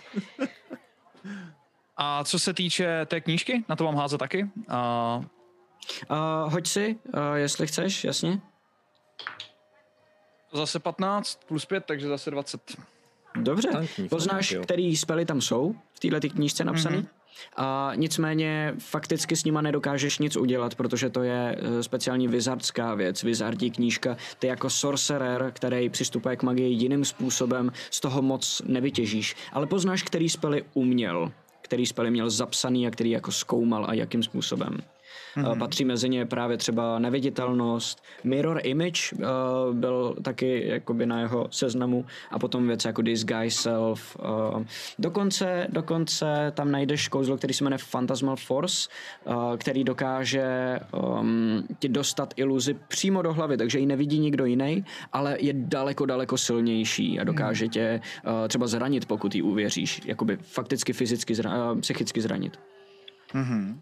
A co se týče té knížky, na to mám házet taky. A... Uh, hoď si, uh, jestli chceš, jasně. Zase patnáct plus pět, takže zase dvacet. Dobře, Tankní, poznáš, jo. který spely tam jsou v této knížce napsaný. Mm-hmm. A nicméně fakticky s nima nedokážeš nic udělat, protože to je speciální wizardská věc, wizardí knížka. Ty jako sorcerer, který přistupuje k magii jiným způsobem, z toho moc nevytěžíš. Ale poznáš, který spely uměl, který spely měl zapsaný a který jako zkoumal a jakým způsobem. Mm-hmm. Patří mezi ně právě třeba neviditelnost, mirror image uh, byl taky jakoby na jeho seznamu a potom věci jako disguise self. Uh, dokonce, dokonce tam najdeš kouzlo, který se jmenuje Phantasmal Force, uh, který dokáže um, ti dostat iluzi přímo do hlavy, takže ji nevidí nikdo jiný, ale je daleko, daleko silnější a dokáže tě uh, třeba zranit, pokud jí uvěříš. Jakoby fakticky, fyzicky, zra- uh, psychicky zranit. Mhm.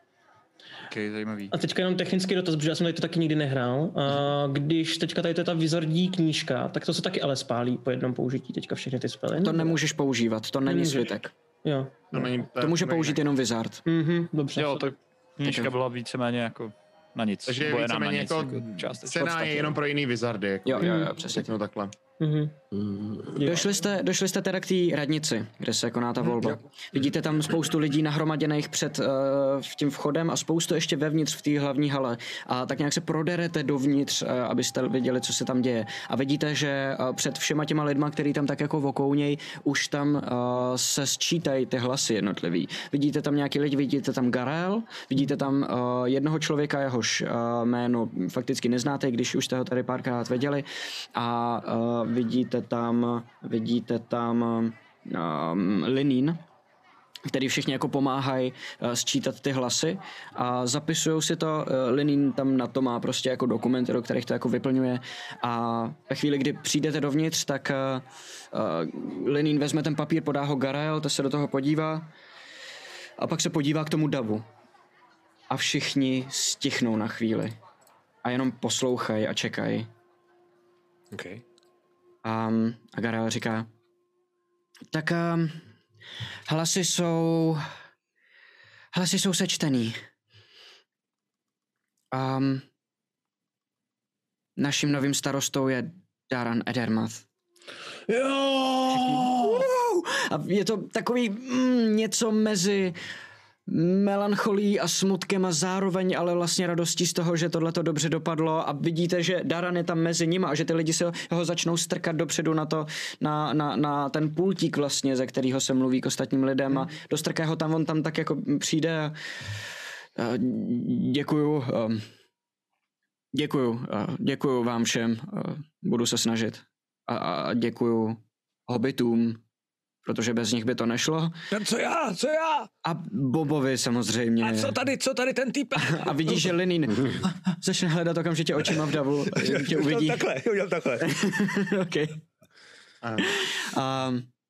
Okay, zajímavý. A teďka jenom technický dotaz, protože já jsem tady to taky nikdy nehrál. A když teďka tady to je ta wizardí knížka, tak to se taky ale spálí po jednom použití teďka všechny ty spely. To nemůžeš používat, to není Nemůžeš. svitek. Jo. To, není, To může použít jenom wizard. Mhm, dobře. Jo, tak knížka Okay. byla víceméně jako na nic. Takže Nebo je nám víceméně na nic, jako částečně. cena je jenom pro jiný wizardy. Jako, Jo, jo, jo, přesně. řeknu takhle. Mhm. Došli jste, došli jste teda k té radnici, kde se koná ta volba. Vidíte tam spoustu lidí nahromaděných před uh, tím vchodem a spoustu ještě vevnitř v té hlavní hale. A tak nějak se proderete dovnitř, uh, abyste viděli, co se tam děje. A vidíte, že uh, před všema těma lidma, který tam tak jako vokouněj, už tam uh, se sčítají ty hlasy jednotlivý. Vidíte tam nějaký lidi, vidíte tam Garel, vidíte tam uh, jednoho člověka, jehož uh, jméno fakticky neznáte, když už jste ho tady párkrát viděli. A uh, vidíte tam, vidíte tam um, Linín, který všichni jako pomáhají uh, sčítat ty hlasy a zapisujou si to. Uh, Linín tam na to má prostě jako dokumenty, do kterých to jako vyplňuje a ve chvíli, kdy přijdete dovnitř, tak uh, uh, Linín vezme ten papír, podá ho Garel, to se do toho podívá a pak se podívá k tomu davu. A všichni stichnou na chvíli a jenom poslouchají a čekají. Okay. Um, a Garel říká, tak um, hlasy jsou, hlasy jsou sečtený. Um, naším novým starostou je Daran Edermath. Jo! A je to takový mm, něco mezi melancholí a smutkem a zároveň ale vlastně radostí z toho, že tohle to dobře dopadlo a vidíte, že Daran je tam mezi nimi a že ty lidi se ho začnou strkat dopředu na to, na, na, na ten pultík vlastně, ze kterého se mluví k ostatním lidem a dostrká ho tam, on tam tak jako přijde a, a děkuju, a, děkuju, a děkuju vám všem, a budu se snažit a, a děkuju hobitům, protože bez nich by to nešlo. No co já, co já? A Bobovi samozřejmě. A co tady, co tady ten týpek? A vidíš, že Linín začne hledat okamžitě očima v davu, tě uvidí. Udělám takhle, udělám takhle. Okay. A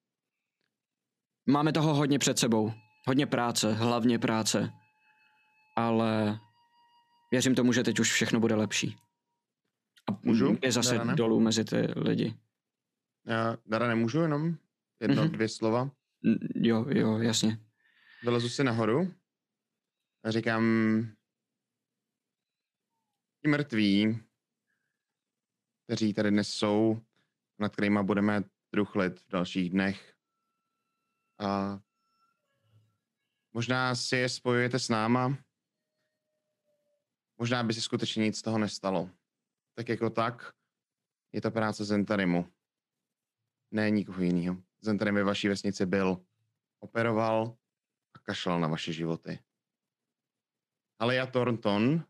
máme toho hodně před sebou. Hodně práce, hlavně práce. Ale věřím tomu, že teď už všechno bude lepší. A Můžu? je zase Darane? dolů mezi ty lidi. Já, Dara, nemůžu jenom jedno, Mhm. dvě slova? N- Jo, jo, jasně. Vylezu si nahoru a říkám, ti mrtví, kteří tady dnes jsou, nad kterýma budeme truchlit v dalších dnech. A možná si je spojujete s náma, možná by si skutečně nic z toho nestalo. Tak jako tak je to práce Zentarimu. Ne nikoho jiného. Zentarim ve vaší vesnici byl, operoval a kašlal na vaše životy. Alia Thornton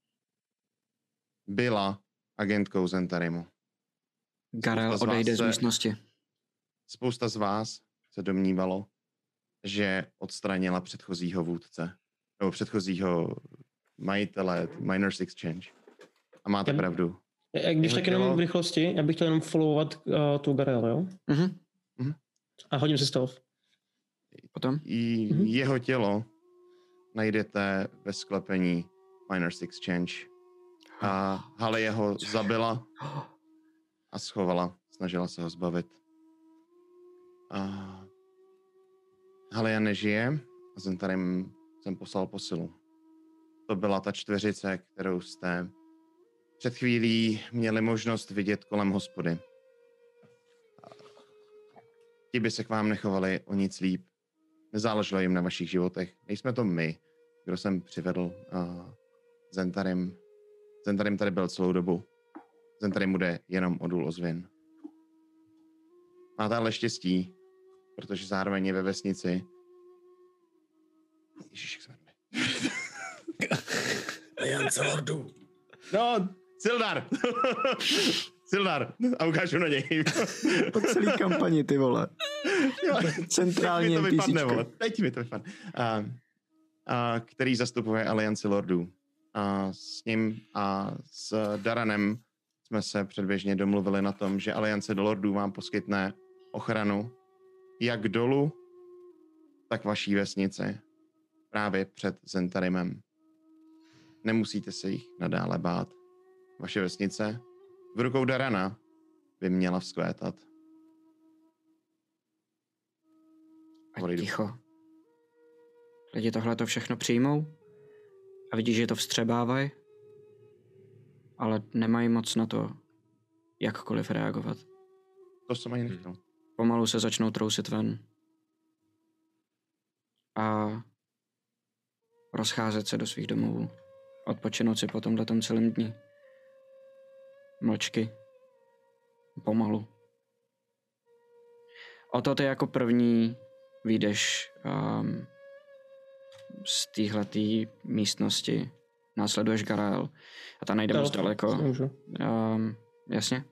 byla agentkou Zentarimu. Garel Spousta z vás odejde z se- místnosti. Spousta z vás se domnívalo, že odstranila předchozího vůdce, nebo předchozího majitele Miners Exchange. A máte Já- pravdu. A když Jeho tak jenom tělo- v rychlosti, já bych chtěl jenom followovat uh, tu Garel, jo? Mhm. A hodím si stealth. Potom? I Mhm. jeho tělo najdete ve sklepení Miners Exchange. A Halle ho zabila a schovala. Snažila se ho zbavit. A Halia nežije a Zentarim jsem poslal posilu. To byla ta čtveřice, kterou jste před chvílí měli možnost vidět kolem hospody. ti by se k vám nechovali o nic líp. Nezáleželo jim na vašich životech. Nejsme to my, kdo jsem přivedl uh, Zentarim. Zentarim tady byl celou dobu. Zentarim bude jenom o důl ozvěn. Máte ale štěstí, protože zároveň je ve vesnici. Ježiš, jak se jmenuje. Aliance lordů. No, Sildar. Sildar. A ukážu na něj. Po celý kampani, ty vole. Centrálně Teď mi to vypadne, vole. NPCčko. Teď mi to vypadne. A, a, který zastupuje Alianci lordů. A s ním a s Daranem jsme se předběžně domluvili na tom, že Aliance lordů vám poskytne ochranu jak dolu, tak vaší vesnice. Právě před Zentarimem. Nemusíte se jich nadále bát. Vaše vesnice v rukou Darana by měla vzkvétat. Ať ticho. Lidi tohle to všechno přijmou a vidí, že to vstřebávají, ale nemají moc na to jakkoliv reagovat. To jsem ani nechtěl. Pomalu se začnou trousit ven. A rozcházet se do svých domovů. Odpočinout si po tomhletom celém dni. Mlčky. Pomalu. O to ty jako první vyjdeš um, z téhletý místnosti. Následuješ Garael. A ta nejde moc daleko. Um, jasně?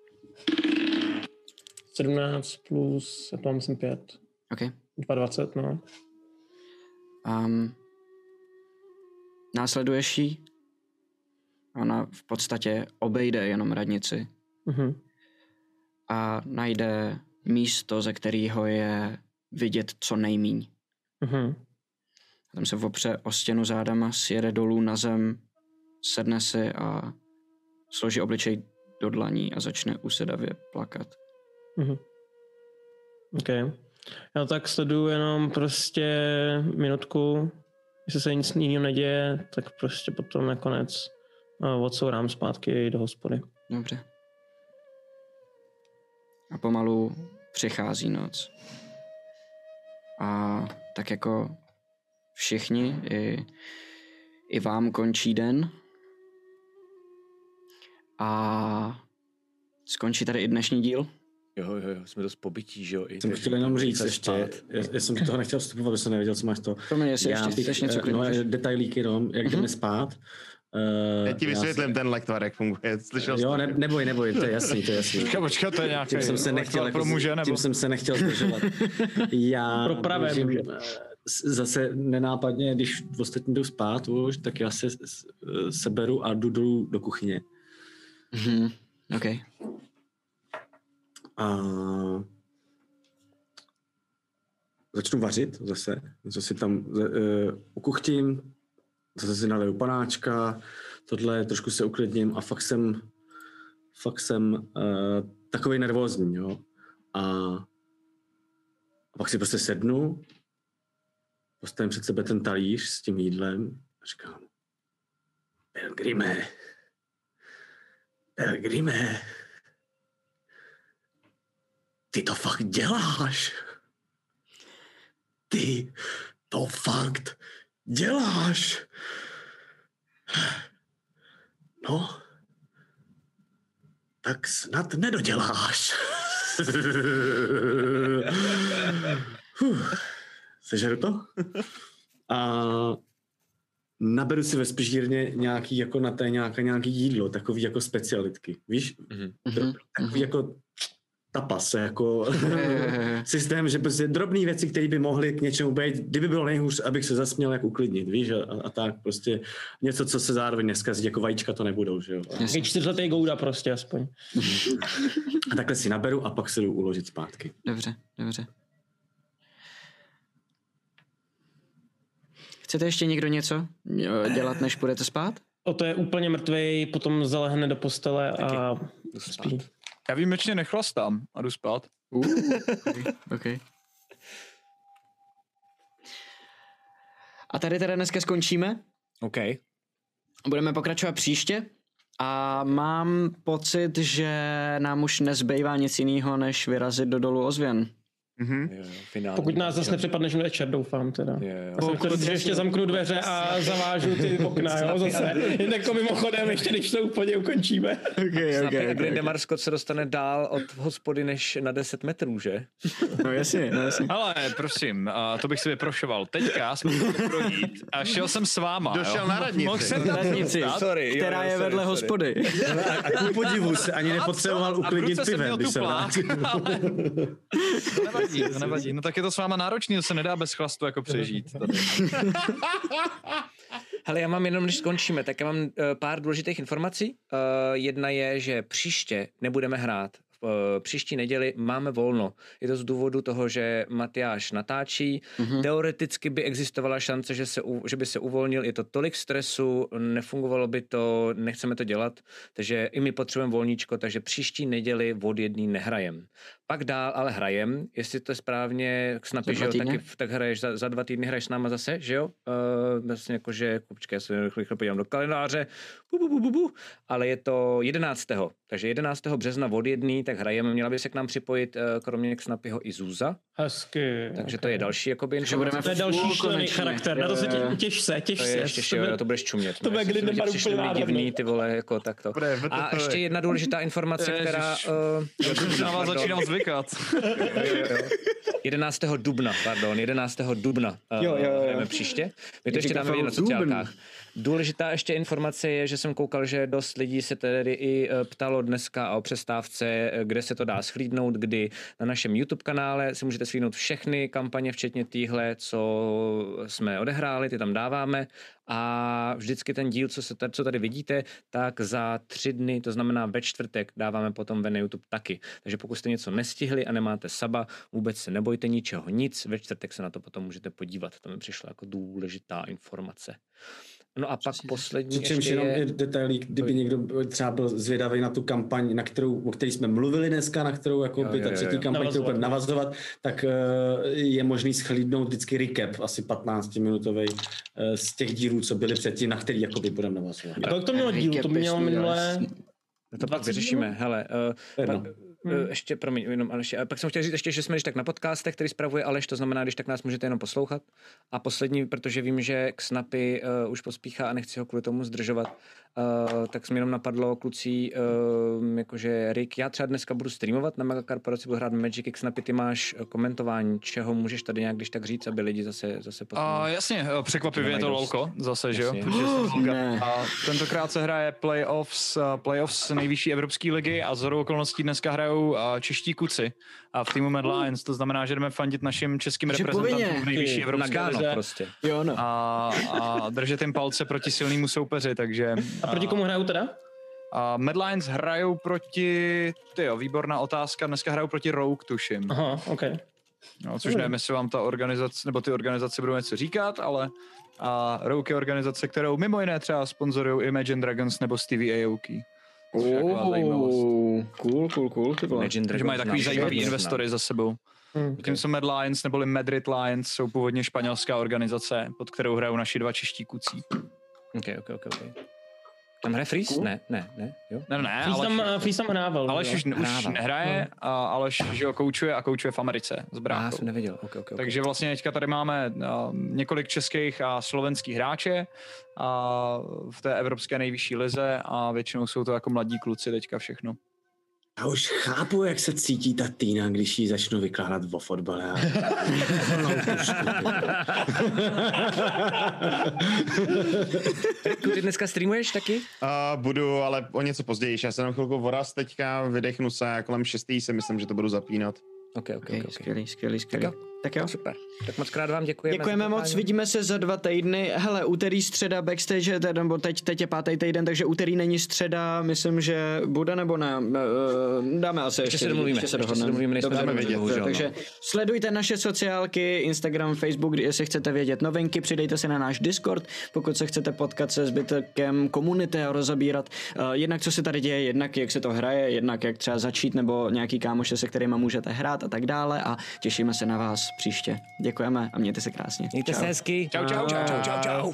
sedmnáct plus, já to mám myslím pět. OK. dvacet dva, no. Um, následuješ jí. Ona v podstatě obejde jenom radnici. Mhm. A najde místo, ze kterého je vidět co nejmíň. Mhm. Tam se opře o stěnu zádama, sjede dolů na zem, sedne si a složí obličej do dlaní a začne usedavě plakat. Mhm. OK. Já tak sleduju jenom prostě minutku, jestli se nic jiného neděje, tak prostě potom nakonec uh, odsourám zpátky do hospody. Dobře. A pomalu přichází noc. A tak jako všichni, i, i vám končí den. A skončí tady i dnešní díl. Jo, jo, jo, jsme dost pobytí, že jo. I Jsem chtěl jenom říct ještě, já, já jsem do toho nechtěl vstupovat, protože jsem nevěděl, co máš to. Promiň, jestli Já ještě chceš něco bych, no, můžeš. detailíky jenom, jak jdeme spát. Uh, Já ti vysvětlím ten lektvar, jak funguje. Slyšel Jo, jsi? ne, neboj, neboj, to je jasný, to je jasný. Počkej, počkej, to je nějaký Tím jsem se nechtěl, pro muže, nebo? tím jsem se nechtěl zdržovat. Já Pro pravé běžím, muže. eh, s- zase nenápadně, když ostatní jdou spát už, tak já se s- seberu a jdu dolů do kuchyně. Mhm, OK. A začnu vařit zase. Něco si tam uh, ukuchtím, zase si naleju panáčka, tohle, trošku se uklidním a fakt jsem, fakt jsem uh, takovej nervózní, jo. A, a pak si prostě sednu, postavím před sebe ten talíř s tím jídlem a říkám, Pelgrime, Pelgrime, ty to fakt děláš. Ty to fakt děláš. No, tak snad nedoděláš. Sežeru to? A naberu si ve spižírně nějaký, jako na té nějaké, nějaký jídlo, takový jako specialitky, víš? Mhm. Takový jako tapas, jako systém, že prostě drobné věci, které by mohly k něčemu být, kdyby bylo nejhůř, abych se zasměl, jak uklidnit, víš, a, a tak prostě něco, co se zároveň neskazí, jako vajíčka to nebudou, že jo. Takový čtyřletý gouda prostě aspoň. A takhle si naberu a pak se jdu uložit zpátky. Dobře, dobře. Chcete ještě někdo něco dělat, než půjdete spát? O to je úplně mrtvej, potom zalehne do postele a spí. Já výjimečně nechlastám a jdu spát. Uh, okay, okay. A tady teda dneska skončíme. OK. Budeme pokračovat příště. A mám pocit, že nám už nezbývá nic jiného, než vyrazit do dolu ozvěn. Mhm. Jo, jo, finální. Pokud nás zase nepřepadneš večer, doufám teda. Jo, jo. Já jsem chtěl říct, že ještě zamknu dveře a zavážu ty okna, jo, zase. Jen jako mimochodem, ještě než to úplně ukončíme. Okay, Snad okay, jak okay. Demar Scott se dostane dál od hospody než na deset metrů, že? No jasně, no jasně. Ale prosím, uh, to bych si vyprošoval. Teďka jsme museli projít a šel jsem s váma. Došel jo? na radnici. Mohl jsem tam Radnici, zůstat. Sorry, jo, která jo, je sorry, vedle sorry. hospody. No, A ku podivu se ani nepotřeboval uklidnit pivem, když se vrátil. To nevadí, to nevadí. No tak je to s váma náročný, to se nedá bez chlastu jako přežít. Hele, já mám jenom, když skončíme, tak já mám uh, pár důležitých informací. Uh, jedna je, že příště nebudeme hrát. Uh, příští neděli máme volno. Je to z důvodu toho, že Matyáš natáčí. Mm-hmm. Teoreticky by existovala šance, že, se u, že by se uvolnil. Je to tolik stresu, nefungovalo by to, nechceme to dělat, takže i my potřebujeme volníčko, takže příští neděli od jedný nehrajem. Pak dál ale hrajem, jestli to je správně, Snapy, že jo, taky, tak hraješ za, za dva týdny, hraješ s náma zase, že jo? Uh, vlastně jakože, počkej, já se rychle podívám do kalendáře, bu, bu, bu, bu, bu. Ale je to jedenáctého Takže jedenáctého března od jedný, tak hrajeme, měla by se k nám připojit uh, kromě Snapyho i Zúza. Hezky. Takže okay. To je další jakoby informace. To je další člený charakter, na to se tě, těž se, těž to se. Je ještě, ještě, jo, to budeš čumět. To bude Glindemar úplně nádherný. nádherný. Ty vole, jako takto. A ještě jedna důležitá informace, která... Já jsem na vás začínal zvykat. jedenáctého dubna, pardon, jedenáctého dubna uh, jo, jo, jo. hrajeme příště. My to ještě dáme vidět na sociálkách. Důležitá ještě informace je, že jsem koukal, že dost lidí se tedy i ptalo dneska o přestávce, kde se to dá shlídnout, kdy na našem YouTube kanále si můžete shlídnout všechny kampaně, včetně týhle, co jsme odehráli, ty tam dáváme. A vždycky ten díl, co, se tady, co tady vidíte, tak za tři dny, to znamená ve čtvrtek, dáváme potom ven na YouTube taky. Takže pokud jste něco nestihli a nemáte saba, vůbec se nebojte ničeho, nic, ve čtvrtek se na to potom můžete podívat. To mi přišla jako důležitá informace. No a pak poslední Přičemž jenom je detailík, kdyby někdo třeba byl zvědavý na tu kampaň, na kterou, o které jsme mluvili dneska, na kterou jako by ta třetí kampaň, kterou budeme navazovat, tak je možný schlídnout vždycky recap, asi patnáctiminutový z těch dílů, co byly předtím, na který jakoby budeme navazovat. A kolik to mělo díl? To mělo minulé... To pak vyřešíme, hele. Uh, pa, uh, ještě, promiň, jenom Aleš, pak jsem chtěl říct ještě, že jsme když tak na podcastech, který spravuje Aleš, to znamená, když tak nás můžete jenom poslouchat. A poslední, protože vím, že k Snapy uh, už pospíchá a nechci ho kvůli tomu zdržovat, uh, tak mi jenom napadlo, kluci, uh, jakože Rick, já třeba dneska budu streamovat na Mega Corporaci, budu hrát Magic, k Snapy, ty máš komentování, čeho můžeš tady nějak když tak říct, aby lidi zase, zase posunuli. Uh, jasně, překvapivě je to lolko, zase, že jo? Uh, a tentokrát se hraje playoffs, uh, playoffs nejvyšší evropské ligy a zhodou okolností dneska hrajou uh, čeští kuci a v týmu Mad Lions, to znamená, že jdeme fandit našim českým že reprezentantům v nejvyšší evropské lize prostě. Jo, no. a, a držet jim palce proti silnému soupeři, takže... A proti komu hrajou teda? A Mad Lions hrajou proti, tyjo, výborná otázka, dneska hrajou proti Rogue, tuším. Aha, ok. No, což nevím, jestli vám ta organizace, nebo ty organizace budou něco říkat, ale a Rogue je organizace, kterou mimo jiné třeba sponzorují Imagine Dragons nebo Stevie Aoki. Oh, cool, cool, cool. Takže mají takový zajímavý investory za sebou. Hmm. Tím jsou Mad Lions neboli Madrid Lions, jsou původně španělská organizace, pod kterou hrajou naši dva čeští kucí. Ok, ok, ok, ok. Tam hraje Freeze? Cool. Ne, ne, ne, jo. Ne, ne, Freeze tam, Freeze tam hrával. Aleš už, už nehraje, no. a Aleš, že ho koučuje a koučuje v Americe s bráchou. Já jsem nevěděl, ok, ok. Takže vlastně teďka tady máme uh, několik českých a slovenských hráče a v té evropské nejvyšší lize a většinou jsou to jako mladí kluci teďka všechno. Já už chápu, jak se cítí ta Týna, když jí začnu vykládat o fotbale. Ty dneska streamuješ taky? Uh, budu, ale o něco později. Já jsem na chvilku voraz teďka, vydechnu se a kolem šestý si myslím, že to budu zapínat. Ok, ok, ok. Skvělý, skvělý, skvělý. Tak jo, super. Tak moc krát vám děkujeme. Děkujeme moc, vidíme se za dva týdny. Hele, úterý, středa, backstage, teda, nebo teď, teď je pátý týden, takže úterý není středa, myslím, že bude nebo ne. Dáme asi ještě, ještě se domluvíme. Ještě se dohodneme. Dobře, vidět, bohužel, takže no. Sledujte naše sociálky, Instagram, Facebook, jestli chcete vědět novinky, přidejte se na náš Discord, pokud se chcete potkat se zbytkem komunity a rozabírat uh, jednak, co se tady děje, jednak, jak se to hraje, jednak, jak třeba začít, nebo nějaký kámoše, se kterýma můžete hrát a tak dále a těšíme se na vás příště. Děkujeme a mějte se krásně. Mějte se hezky. Čau, čau, čau, čau, čau, čau.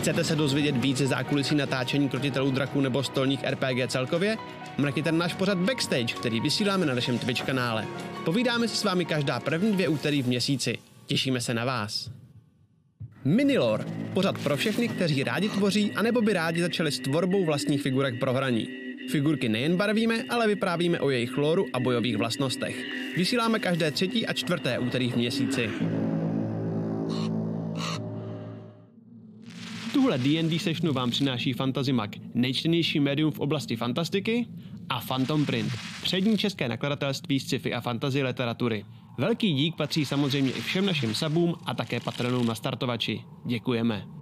Chcete se dozvědět víc ze zákulisí natáčení Krotitelů draků nebo stolních R P G celkově? Mrkněte na náš pořad Backstage, který vysíláme na našem Twitch kanále. Povídáme si s vámi každá první dvě úterý v měsíci. Těšíme se na vás. Minilore, pořad pro všechny, kteří rádi tvoří, anebo by rádi začali s tvorbou vlastních figurek pro hraní. Figurky nejen barvíme, ale vyprávíme o jejich lóru a bojových vlastnostech. Vysíláme každé třetí a čtvrté úterý v měsíci. Tuhle D and D sessionu vám přináší Fantazimak, nejčtenější médium v oblasti fantastiky, a Phantom Print, přední české nakladatelství z sci-fi a fantasy literatury. Velký dík patří samozřejmě i všem našim subům a také patronům na startovači. Děkujeme.